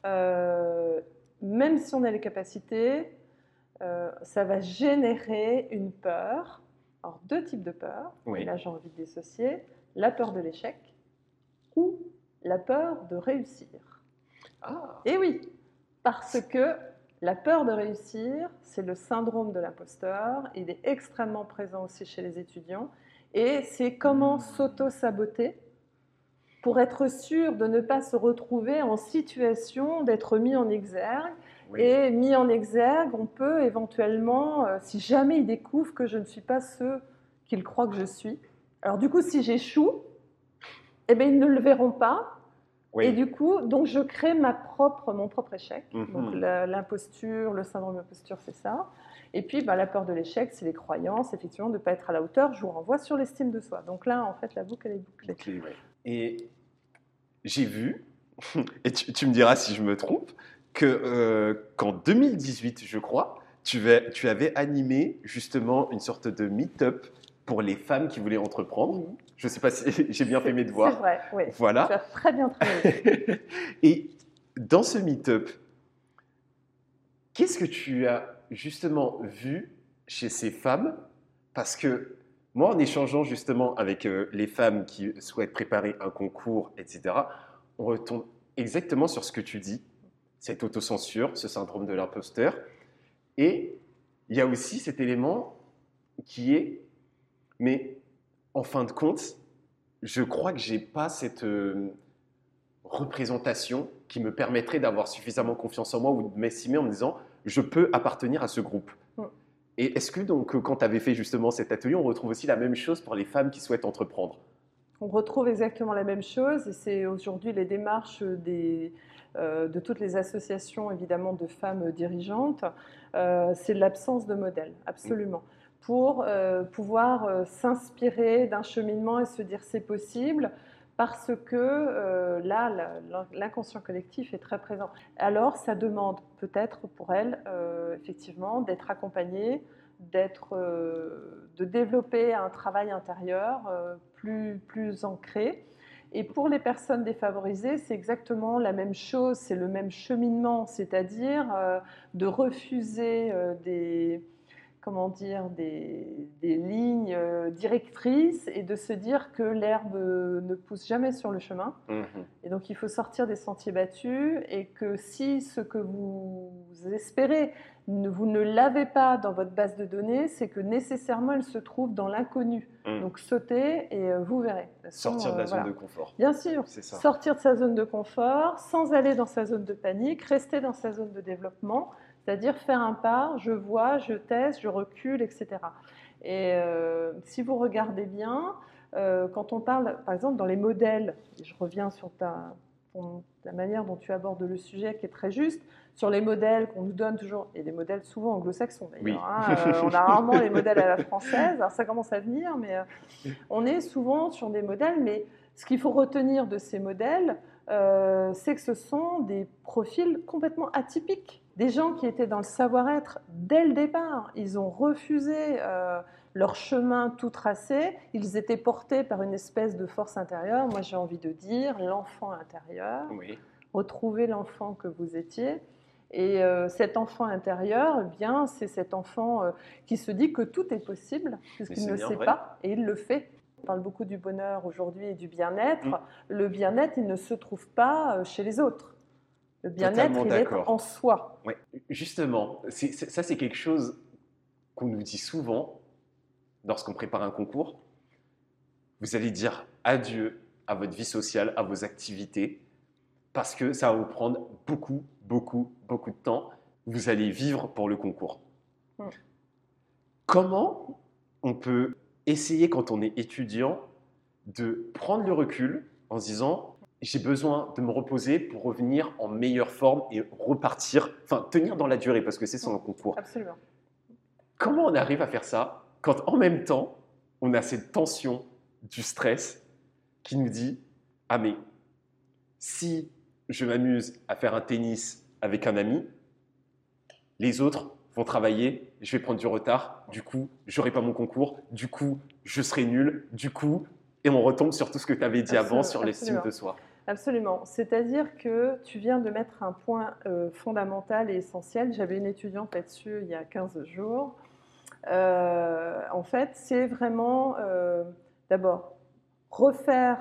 même si on a les capacités, ça va générer une peur. Alors, 2 types de peurs, et là j'ai envie de dissocier, la peur de l'échec ou la peur de réussir. Et oui, parce que la peur de réussir, c'est le syndrome de l'imposteur. Il est extrêmement présent aussi chez les étudiants. Et c'est comment s'auto-saboter pour être sûr de ne pas se retrouver en situation d'être mis en exergue. Et mis en exergue, on peut éventuellement, si jamais ils découvrent que je ne suis pas ce qu'ils croient que je suis, alors du coup, si j'échoue, eh bien, ils ne le verront pas. Et du coup, donc je crée mon propre échec. Donc l'imposture, le syndrome de l'imposture, c'est ça. Et puis la peur de l'échec, c'est les croyances, effectivement, de ne pas être à la hauteur. Je vous renvoie sur l'estime de soi. Donc là, en fait, la boucle, elle est bouclée. Et j'ai vu, et tu me diras si je me trompe, qu'en 2018, je crois, tu avais animé justement une sorte de meet-up pour les femmes qui voulaient entreprendre. Je ne sais pas si j'ai bien fait mes devoirs. C'est vrai, oui. Voilà. Tu as très bien travaillé. Et dans ce meet-up, qu'est-ce que tu as justement vu chez ces femmes? Parce que moi, en échangeant justement avec les femmes qui souhaitent préparer un concours, etc., on retombe exactement sur ce que tu dis, cette autocensure, ce syndrome de l'imposteur. Et il y a aussi cet élément qui est, mais en fin de compte, je crois que j'ai pas cette représentation qui me permettrait d'avoir suffisamment confiance en moi ou de m'estimer en me disant je peux appartenir à ce groupe. Mm. Et est-ce que donc quand tu avais fait justement cet atelier, on retrouve aussi la même chose pour les femmes qui souhaitent entreprendre? On retrouve exactement la même chose et c'est aujourd'hui les démarches de toutes les associations évidemment de femmes dirigeantes, c'est l'absence de modèle, absolument. Pour pouvoir s'inspirer d'un cheminement et se dire c'est possible parce que là, l'inconscient collectif est très présent. Alors ça demande peut-être pour elles effectivement d'être accompagnée, de développer un travail intérieur plus ancré. Et pour les personnes défavorisées, c'est exactement la même chose, c'est le même cheminement, c'est-à-dire de refuser des lignes directrices et de se dire que l'herbe ne pousse jamais sur le chemin. Et donc il faut sortir des sentiers battus et que si ce que vous espérez, vous ne l'avez pas dans votre base de données, c'est que nécessairement elle se trouve dans l'inconnu. Donc sautez et vous verrez. Sortir de la zone de confort. Bien sûr, sortir de sa zone de confort sans aller dans sa zone de panique, rester dans sa zone de développement. C'est-à-dire faire un pas, je vois, je teste, je recule, etc. Et si vous regardez bien, quand on parle, par exemple, dans les modèles, et je reviens sur la manière dont tu abordes le sujet qui est très juste, sur les modèles qu'on nous donne toujours, et des modèles souvent anglo-saxons d'ailleurs, on a rarement les modèles à la française, alors ça commence à venir, mais on est souvent sur des modèles, mais ce qu'il faut retenir de ces modèles, c'est que ce sont des profils complètement atypiques. Des gens qui étaient dans le savoir-être dès le départ. Ils ont refusé leur chemin tout tracé. Ils étaient portés par une espèce de force intérieure. Moi, j'ai envie de dire l'enfant intérieur. Oui. Retrouvez l'enfant que vous étiez. Et cet enfant intérieur, eh bien, c'est cet enfant qui se dit que tout est possible, puisqu'il ne sait pas, et il le fait. On parle beaucoup du bonheur aujourd'hui et du bien-être. Le bien-être, il ne se trouve pas chez les autres. Le bien-être, il est en soi. Ouais. Justement, ça c'est quelque chose qu'on nous dit souvent lorsqu'on prépare un concours. Vous allez dire adieu à votre vie sociale, à vos activités, parce que ça va vous prendre beaucoup de temps. Vous allez vivre pour le concours. Comment on peut essayer, quand on est étudiant, de prendre le recul en se disant j'ai besoin de me reposer pour revenir en meilleure forme et repartir, enfin tenir dans la durée parce que c'est son concours. Absolument. Comment on arrive à faire ça quand en même temps on a cette tension du stress qui nous dit ah mais si je m'amuse à faire un tennis avec un ami, les autres vont travailler, je vais prendre du retard, du coup j'aurai pas mon concours, du coup je serai nul, du coup et on retombe sur tout ce que tu avais dit avant sur l'estime de soi. Absolument. C'est-à-dire que tu viens de mettre un point fondamental et essentiel. J'avais une étudiante là-dessus il y a 15 jours. En fait, c'est vraiment d'abord refaire.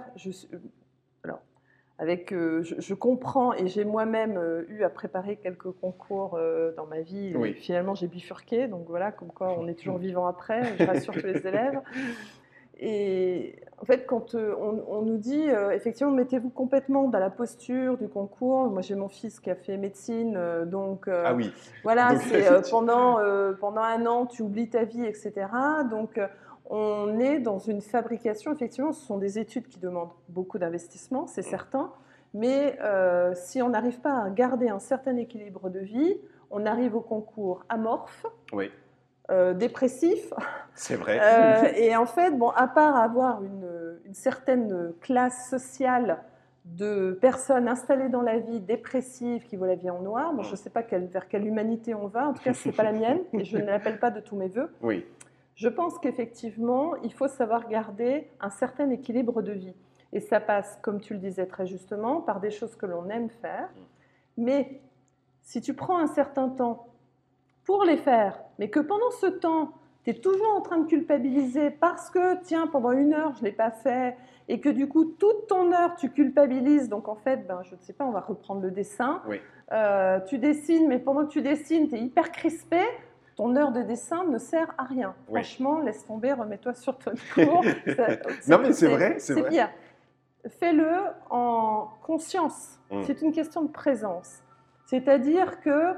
Je comprends et j'ai moi-même eu à préparer quelques concours dans ma vie. Et finalement, j'ai bifurqué. Donc voilà, comme quoi on est toujours vivant après. Je rassure tous les élèves. Et en fait, quand on nous dit, effectivement, mettez-vous complètement dans la posture du concours. Moi, j'ai mon fils qui a fait médecine, donc voilà, donc, c'est pendant un an, tu oublies ta vie, etc. Donc, on est dans une fabrication. Effectivement, ce sont des études qui demandent beaucoup d'investissement, c'est certain. Mais si on n'arrive pas à garder un certain équilibre de vie, on arrive au concours amorphe. Oui. Dépressif. C'est vrai. Et en fait, bon, à part avoir une certaine classe sociale de personnes installées dans la vie, dépressives, qui voient la vie en noir, bon, je ne sais pas vers quelle humanité on va, en tout cas, ce n'est pas la mienne, et je ne l'appelle pas de tous mes voeux. Oui. Je pense qu'effectivement, il faut savoir garder un certain équilibre de vie. Et ça passe, comme tu le disais très justement, par des choses que l'on aime faire. Mais si tu prends un certain temps pour les faire, mais que pendant ce temps, tu es toujours en train de culpabiliser parce que, tiens, pendant 1 heure, je ne l'ai pas fait, et que du coup, toute ton heure, tu culpabilises. Donc en fait, je ne sais pas, on va reprendre le dessin. Oui. Tu dessines, mais pendant que tu dessines, tu es hyper crispé. ton heure de dessin ne sert à rien. Oui. Franchement, laisse tomber, remets-toi sur ton cours. Non, mais c'est vrai, c'est vrai. pire. Fais-le en conscience. C'est une question de présence. C'est-à-dire que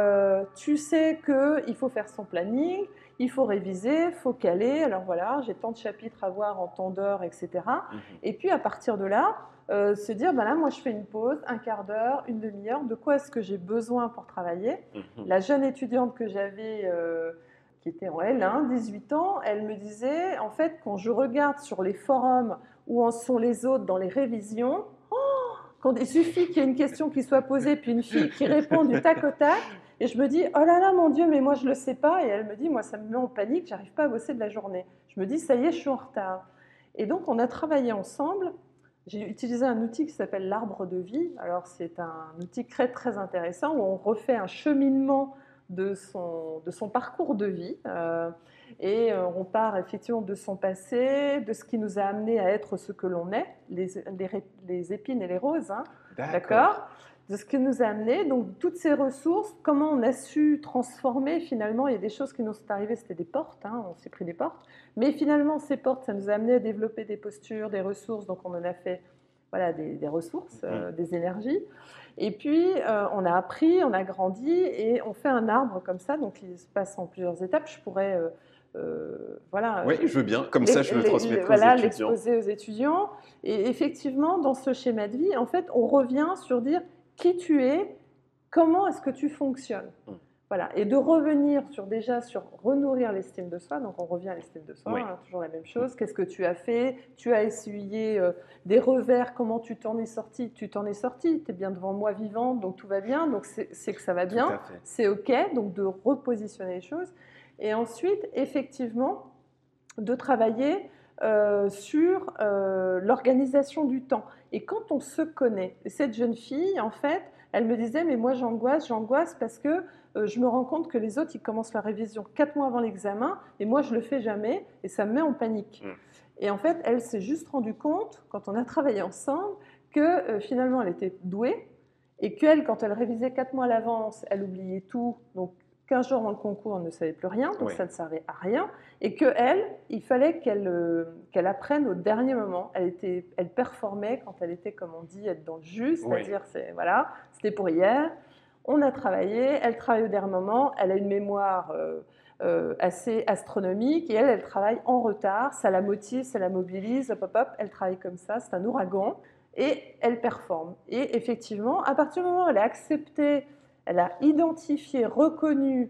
tu sais qu'il faut faire son planning, il faut réviser, il faut caler. Alors voilà, j'ai tant de chapitres à voir en tant d'heures, etc. Et puis à partir de là, se dire, ben là, moi je fais une pause, un quart d'heure, une demi-heure, de quoi est-ce que j'ai besoin pour travailler. La jeune étudiante que j'avais, qui était en L1, 18 ans, elle me disait, en fait, quand je regarde sur les forums où en sont les autres dans les révisions, quand il suffit qu'il y ait une question qui soit posée, puis une fille qui répond du tac au tac, et je me dis, oh là là, mon Dieu, mais moi je ne le sais pas, et elle me dit, moi ça me met en panique, j'arrive pas à bosser de la journée. Je me dis, ça y est, je suis en retard. Et donc on a travaillé ensemble. J'ai utilisé un outil qui s'appelle l'arbre de vie. Alors c'est un outil très très intéressant où on refait un cheminement de son parcours de vie et on part effectivement de son passé, de ce qui nous a amené à être ce que l'on est, les épines et les roses, hein, d'accord, de ce qui nous a amené, donc toutes ces ressources, comment on a su transformer finalement. Il y a des choses qui nous sont arrivées, c'était des portes, hein, on s'est pris des portes, mais finalement ces portes, ça nous a amené à développer des postures, des ressources, donc on en a fait voilà, des ressources, des énergies. Et puis, on a appris, on a grandi et on fait un arbre comme ça, donc il se passe en plusieurs étapes. Je pourrais, voilà. Oui, je veux bien, comme ça je le transmettrai aux étudiants. L'exposer aux étudiants. Et effectivement, dans ce schéma de vie, en fait, on revient sur dire qui tu es, comment est-ce que tu fonctionnes. Voilà. Et de revenir sur renourrir l'estime de soi. Donc on revient à l'estime de soi, hein, toujours la même chose. Qu'est-ce que tu as fait? Tu as essuyé des revers, comment tu t'en es sorti? Tu t'en es sorti, tu es bien devant moi vivante, donc tout va bien, donc c'est que ça va bien, c'est OK, donc de repositionner les choses. Et ensuite, effectivement, de travailler sur l'organisation du temps. Et quand on se connaît, cette jeune fille, en fait, elle me disait, mais moi j'angoisse parce que je me rends compte que les autres, ils commencent la révision 4 mois avant l'examen, et moi, je ne le fais jamais, et ça me met en panique. Et en fait, elle s'est juste rendue compte, quand on a travaillé ensemble, que finalement, elle était douée, et qu'elle, quand elle révisait 4 mois à l'avance, elle oubliait tout, donc 15 jours avant le concours, elle ne savait plus rien, donc ça ne servait à rien, et qu'elle, il fallait qu'elle apprenne au dernier moment. Elle performait quand elle était, comme on dit, être dans le jus, c'est-à-dire, voilà, c'était pour hier. On a travaillé, elle travaille au dernier moment, elle a une mémoire assez astronomique et elle travaille en retard, ça la motive, ça la mobilise, hop, hop, hop, elle travaille comme ça, c'est un ouragan et elle performe. Et effectivement, à partir du moment où elle a accepté, elle a identifié, reconnu,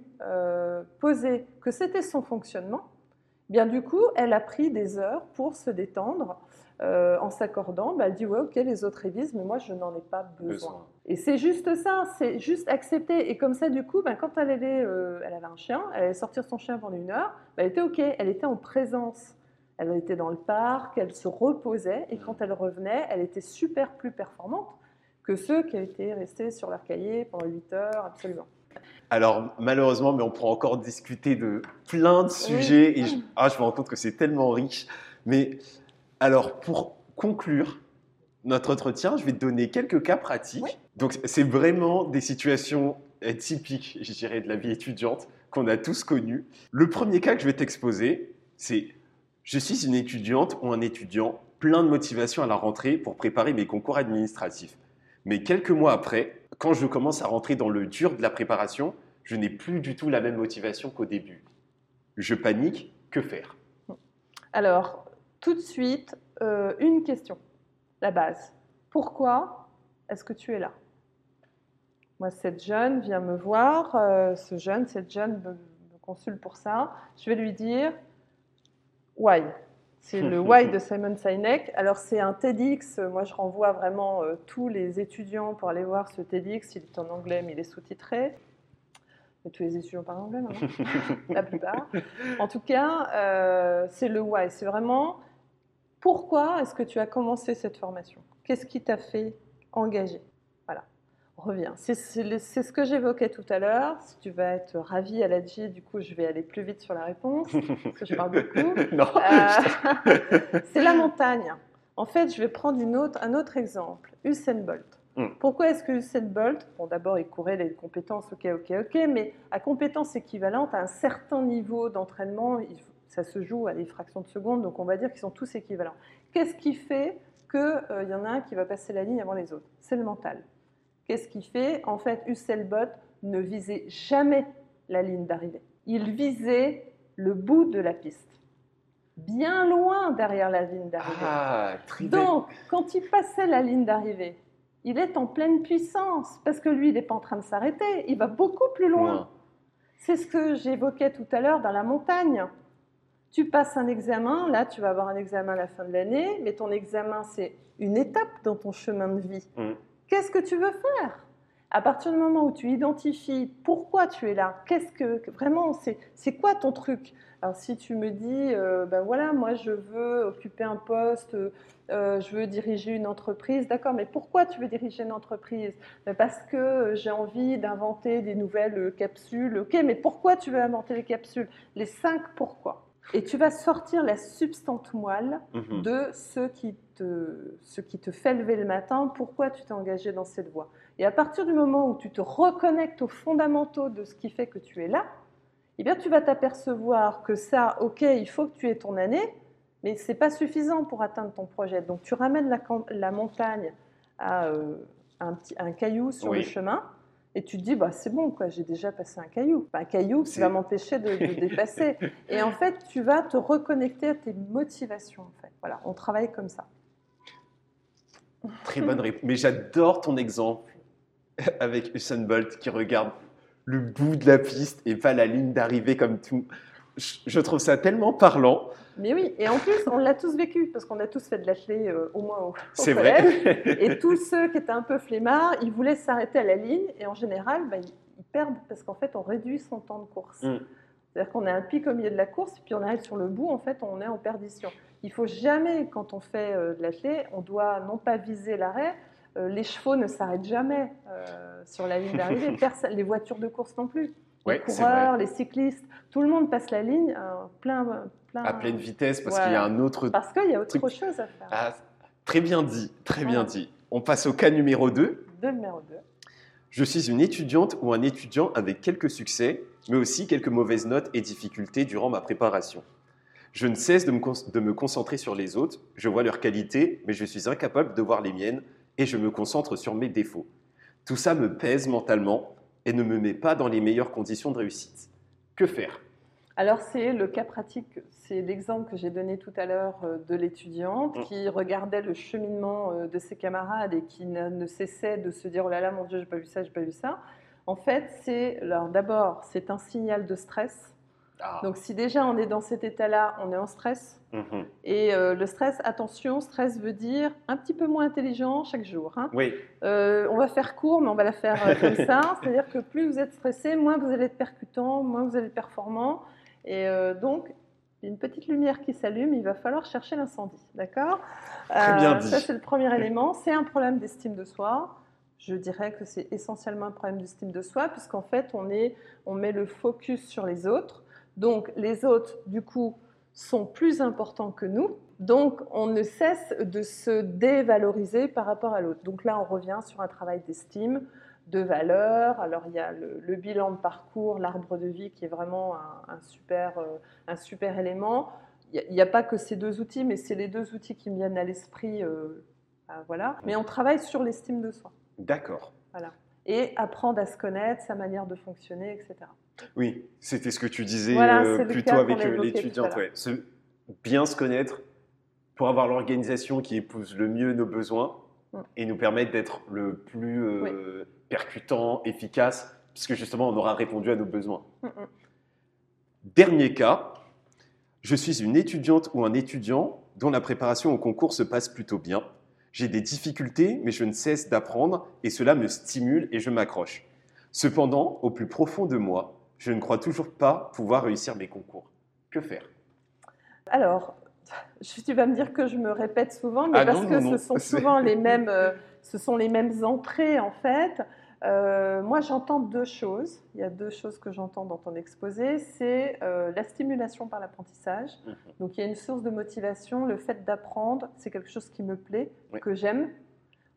posé que c'était son fonctionnement, bien du coup, elle a pris des heures pour se détendre. En s'accordant, elle dit ouais, ok, les autres révisent, mais moi je n'en ai pas besoin. Et c'est juste ça, c'est juste accepter. Et comme ça, du coup, quand elle avait un chien, elle allait sortir son chien pendant 1 heure, elle était ok, elle était en présence. Elle était dans le parc, elle se reposait, et quand elle revenait, elle était super plus performante que ceux qui étaient restés sur leur cahier pendant 8 heures, absolument. Alors, malheureusement, mais on pourra encore discuter de plein de sujets, et je me rends compte que c'est tellement riche. Mais alors, pour conclure notre entretien, je vais te donner quelques cas pratiques. Donc, c'est vraiment des situations typiques, je dirais, de la vie étudiante qu'on a tous connues. Le premier cas que je vais t'exposer, c'est je suis une étudiante ou un étudiant plein de motivation à la rentrée pour préparer mes concours administratifs. Mais quelques mois après, quand je commence à rentrer dans le dur de la préparation, je n'ai plus du tout la même motivation qu'au début. Je panique, que faire? Alors, tout de suite, une question, la base. Pourquoi est-ce que tu es là? Moi, cette jeune vient me voir, cette jeune me consulte pour ça. Je vais lui dire « why ». C'est le « why » de Simon Sinek. Alors, c'est un TEDx. Moi, je renvoie vraiment tous les étudiants pour aller voir ce TEDx. Il est en anglais, mais il est sous-titré. Mais tous les étudiants parlent anglais, non? La plupart. En tout cas, c'est le « why ». C'est vraiment pourquoi est-ce que tu as commencé cette formation? Qu'est-ce qui t'a fait engager? Voilà, reviens. C'est ce que j'évoquais tout à l'heure. Si tu vas être ravi, Aladji, du coup, je vais aller plus vite sur la réponse, parce que je parle beaucoup. Non. C'est la montagne. En fait, je vais prendre un autre exemple. Usain Bolt. Pourquoi est-ce que Usain Bolt, bon d'abord il courait les compétences, ok, mais à compétences équivalentes, à un certain niveau d'entraînement, ça se joue à des fractions de secondes, donc on va dire qu'ils sont tous équivalents. Qu'est-ce qui fait qu'il y en a un qui va passer la ligne avant les autres? C'est le mental. Qu'est-ce qui fait? En fait, Usain Bolt ne visait jamais la ligne d'arrivée. Il visait le bout de la piste, bien loin derrière la ligne d'arrivée. Ah, donc, quand il passait la ligne d'arrivée, il est en pleine puissance, parce que lui, il n'est pas en train de s'arrêter, il va beaucoup plus loin. C'est ce que j'évoquais tout à l'heure dans la montagne. Tu passes un examen, là tu vas avoir un examen à la fin de l'année, mais ton examen c'est une étape dans ton chemin de vie. Qu'est-ce que tu veux faire? À partir du moment où tu identifies pourquoi tu es là, qu'est-ce que vraiment, c'est quoi ton truc? Alors si tu me dis, ben voilà, moi je veux occuper un poste, je veux diriger une entreprise, d'accord, mais pourquoi tu veux diriger une entreprise? Parce que j'ai envie d'inventer des nouvelles capsules, ok, mais pourquoi tu veux inventer les capsules? Les 5 pourquoi. Et tu vas sortir la substance moelle de ce qui te fait lever le matin, pourquoi tu t'es engagé dans cette voie. Et à partir du moment où tu te reconnectes aux fondamentaux de ce qui fait que tu es là, eh bien tu vas t'apercevoir que ça, ok, il faut que tu aies ton année, mais ce n'est pas suffisant pour atteindre ton projet. Donc tu ramènes la montagne à un caillou sur le chemin, et tu te dis, bah, c'est bon, quoi, j'ai déjà passé un caillou. Un caillou qui va m'empêcher de dépasser. Et en fait, tu vas te reconnecter à tes motivations. En fait. Voilà, on travaille comme ça. Très bonne réponse. Mais j'adore ton exemple avec Usain Bolt qui regarde le bout de la piste et pas la ligne d'arrivée comme tout. Je trouve ça tellement parlant. Mais oui, et en plus, on l'a tous vécu, parce qu'on a tous fait de l'athlé au moins au C'est collège. vrai. Et tous ceux qui étaient un peu flemmards, ils voulaient s'arrêter à la ligne, et en général, bah, ils perdent, parce qu'en fait, on réduit son temps de course. C'est-à-dire qu'on a un pic au milieu de la course, puis on arrive sur le bout, en fait, on est en perdition. Il ne faut jamais, quand on fait de l'athlé, on doit non pas viser l'arrêt, les chevaux ne s'arrêtent jamais sur la ligne d'arrivée, les voitures de course non plus. Les coureurs, les cyclistes, tout le monde passe la ligne à pleine vitesse parce qu'il y a un autre... Parce qu'il y a autre chose à faire. Ah, très bien dit, très bien dit. On passe au cas numéro 2. Numéro 2. Je suis une étudiante ou un étudiant avec quelques succès, mais aussi quelques mauvaises notes et difficultés durant ma préparation. Je ne cesse de me concentrer sur les autres, je vois leurs qualités, mais je suis incapable de voir les miennes et je me concentre sur mes défauts. Tout ça me pèse mentalement et ne me met pas dans les meilleures conditions de réussite. Que faire? Alors c'est le cas pratique, c'est l'exemple que j'ai donné tout à l'heure de l'étudiante qui regardait le cheminement de ses camarades et qui ne cessait de se dire « Oh là là, mon Dieu, j'ai pas vu ça, j'ai pas vu ça ». En fait, d'abord, c'est un signal de stress. Donc si déjà on est dans cet état-là, on est en stress. Et le stress, attention, stress veut dire un petit peu moins intelligent chaque jour. Oui. On va faire court, mais on va la faire comme ça. C'est-à-dire que plus vous êtes stressé, moins vous allez être percutant, moins vous allez être performant. Et donc, une petite lumière qui s'allume, il va falloir chercher l'incendie. D'accord ? Très bien dit. Ça, c'est le premier élément. C'est un problème d'estime de soi. Je dirais que c'est essentiellement un problème d'estime de soi, puisqu'en fait, on met le focus sur les autres. Donc, les autres, du coup, sont plus importants que nous. Donc, on ne cesse de se dévaloriser par rapport à l'autre. Donc là, on revient sur un travail d'estime, de valeur. Alors, il y a le bilan de parcours, l'arbre de vie, qui est vraiment un super élément. Il n'y a pas que ces deux outils, mais c'est les deux outils qui me viennent à l'esprit. Voilà. Mais on travaille sur l'estime de soi. D'accord. Voilà. Et apprendre à se connaître, sa manière de fonctionner, etc. Oui, c'était ce que tu disais plutôt avec l'étudiante. Ouais. Bien se connaître pour avoir l'organisation qui épouse le mieux nos besoins et nous permettre d'être le plus percutant, efficace, puisque justement on aura répondu à nos besoins. Dernier cas, je suis une étudiante ou un étudiant dont la préparation au concours se passe plutôt bien. J'ai des difficultés, mais je ne cesse d'apprendre et cela me stimule et je m'accroche. Cependant, au plus profond de moi, je ne crois toujours pas pouvoir réussir mes concours. Que faire? Alors, tu vas me dire que je me répète souvent, mais ce sont souvent les mêmes entrées en fait. Moi, j'entends deux choses. Il y a deux choses que j'entends dans ton exposé. C'est la stimulation par l'apprentissage. Donc, il y a une source de motivation. Le fait d'apprendre, c'est quelque chose qui me plaît, que j'aime.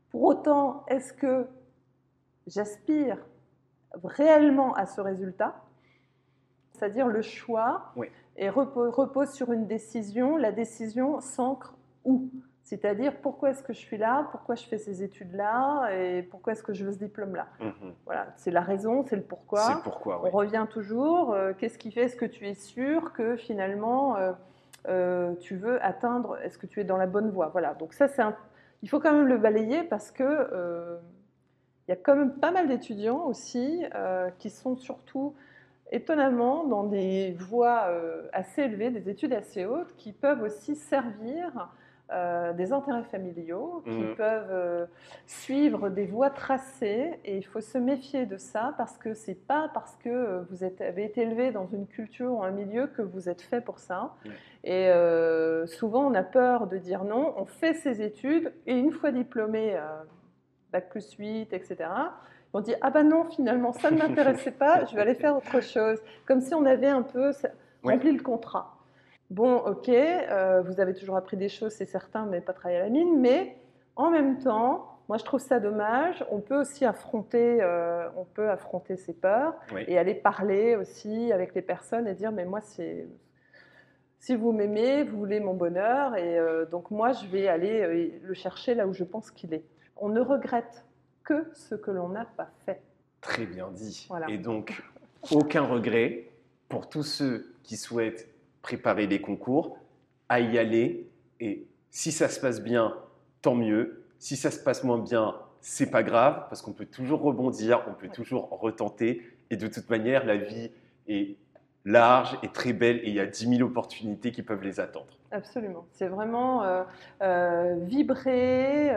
Pour autant, est-ce que j'aspire réellement à ce résultat? C'est-à-dire le choix Oui. et repose sur une décision. La décision s'ancre où? C'est-à-dire pourquoi est-ce que je suis là, pourquoi je fais ces études-là et pourquoi est-ce que je veux ce diplôme-là. Voilà, c'est la raison, c'est le pourquoi. C'est pourquoi, oui. On revient toujours, qu'est-ce qui fait, est-ce que tu es sûr que finalement tu veux atteindre, est-ce que tu es dans la bonne voie? Voilà, donc ça il faut quand même le balayer parce que il y a quand même pas mal d'étudiants aussi qui sont surtout étonnamment dans des voies assez élevées, des études assez hautes, qui peuvent aussi servir des intérêts familiaux, qui peuvent suivre des voies tracées, et il faut se méfier de ça parce que c'est pas parce que vous avez été élevé dans une culture ou un milieu que vous êtes fait pour ça. Et souvent on a peur de dire non, on fait ses études et une fois diplômé, Bac+8, etc., on dit « Ah ben non, finalement, ça ne m'intéressait pas, je vais aller faire autre chose ». Comme si on avait un peu rempli le contrat. Bon, ok, vous avez toujours appris des choses, c'est certain, mais pas travaillé à la mine. Mais en même temps, moi je trouve ça dommage. On peut aussi affronter ses peurs et aller parler aussi avec les personnes et dire « Mais moi, si vous m'aimez, vous voulez mon bonheur, et donc moi je vais aller le chercher là où je pense qu'il est ». On ne regrette que ce que l'on n'a pas fait. Très bien dit. Voilà. Et donc, aucun regret pour tous ceux qui souhaitent préparer les concours, à y aller. Et si ça se passe bien, tant mieux. Si ça se passe moins bien, c'est pas grave, parce qu'on peut toujours rebondir, on peut toujours retenter. Et de toute manière, la vie est large et très belle et il y a 10 000 opportunités qui peuvent les attendre. Absolument. C'est vraiment vibrer,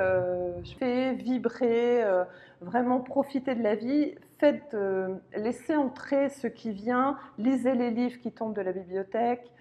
vraiment profiter de la vie. Laissez entrer ce qui vient, lisez les livres qui tombent de la bibliothèque,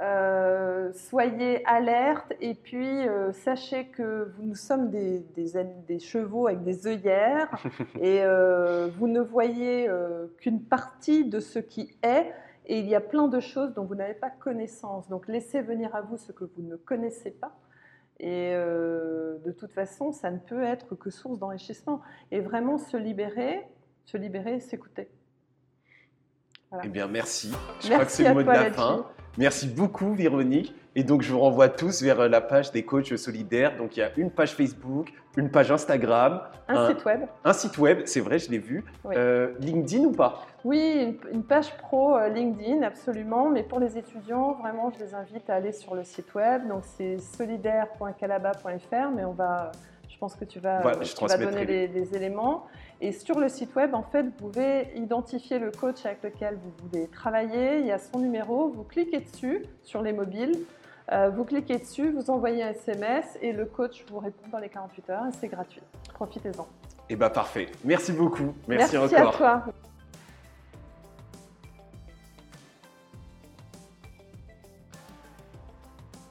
soyez alerte et puis sachez que nous sommes des chevaux avec des œillères et vous ne voyez qu'une partie de ce qui est. Et il y a plein de choses dont vous n'avez pas connaissance. Donc laissez venir à vous ce que vous ne connaissez pas. Et de toute façon, ça ne peut être que source d'enrichissement. Et vraiment se libérer, s'écouter. Voilà. Eh bien, merci. Je crois que c'est le mot de la fin. Merci beaucoup, Véronique. Et donc, je vous renvoie tous vers la page des coachs solidaires. Donc, il y a une page Facebook, une page Instagram. Un site web. Un site web, c'est vrai, je l'ai vu. Oui. LinkedIn ou pas? Oui, une page pro LinkedIn, absolument. Mais pour les étudiants, vraiment, je les invite à aller sur le site web. Donc, c'est solidaire.calaba.fr. Mais je pense que tu vas donner les éléments. Et sur le site web, en fait, vous pouvez identifier le coach avec lequel vous voulez travailler. Il y a son numéro. Vous cliquez dessus sur les mobiles. Vous cliquez dessus, vous envoyez un SMS et le coach vous répond dans les 48 heures. C'est gratuit. Profitez-en. Eh bien, parfait. Merci beaucoup. Merci encore. Merci à toi.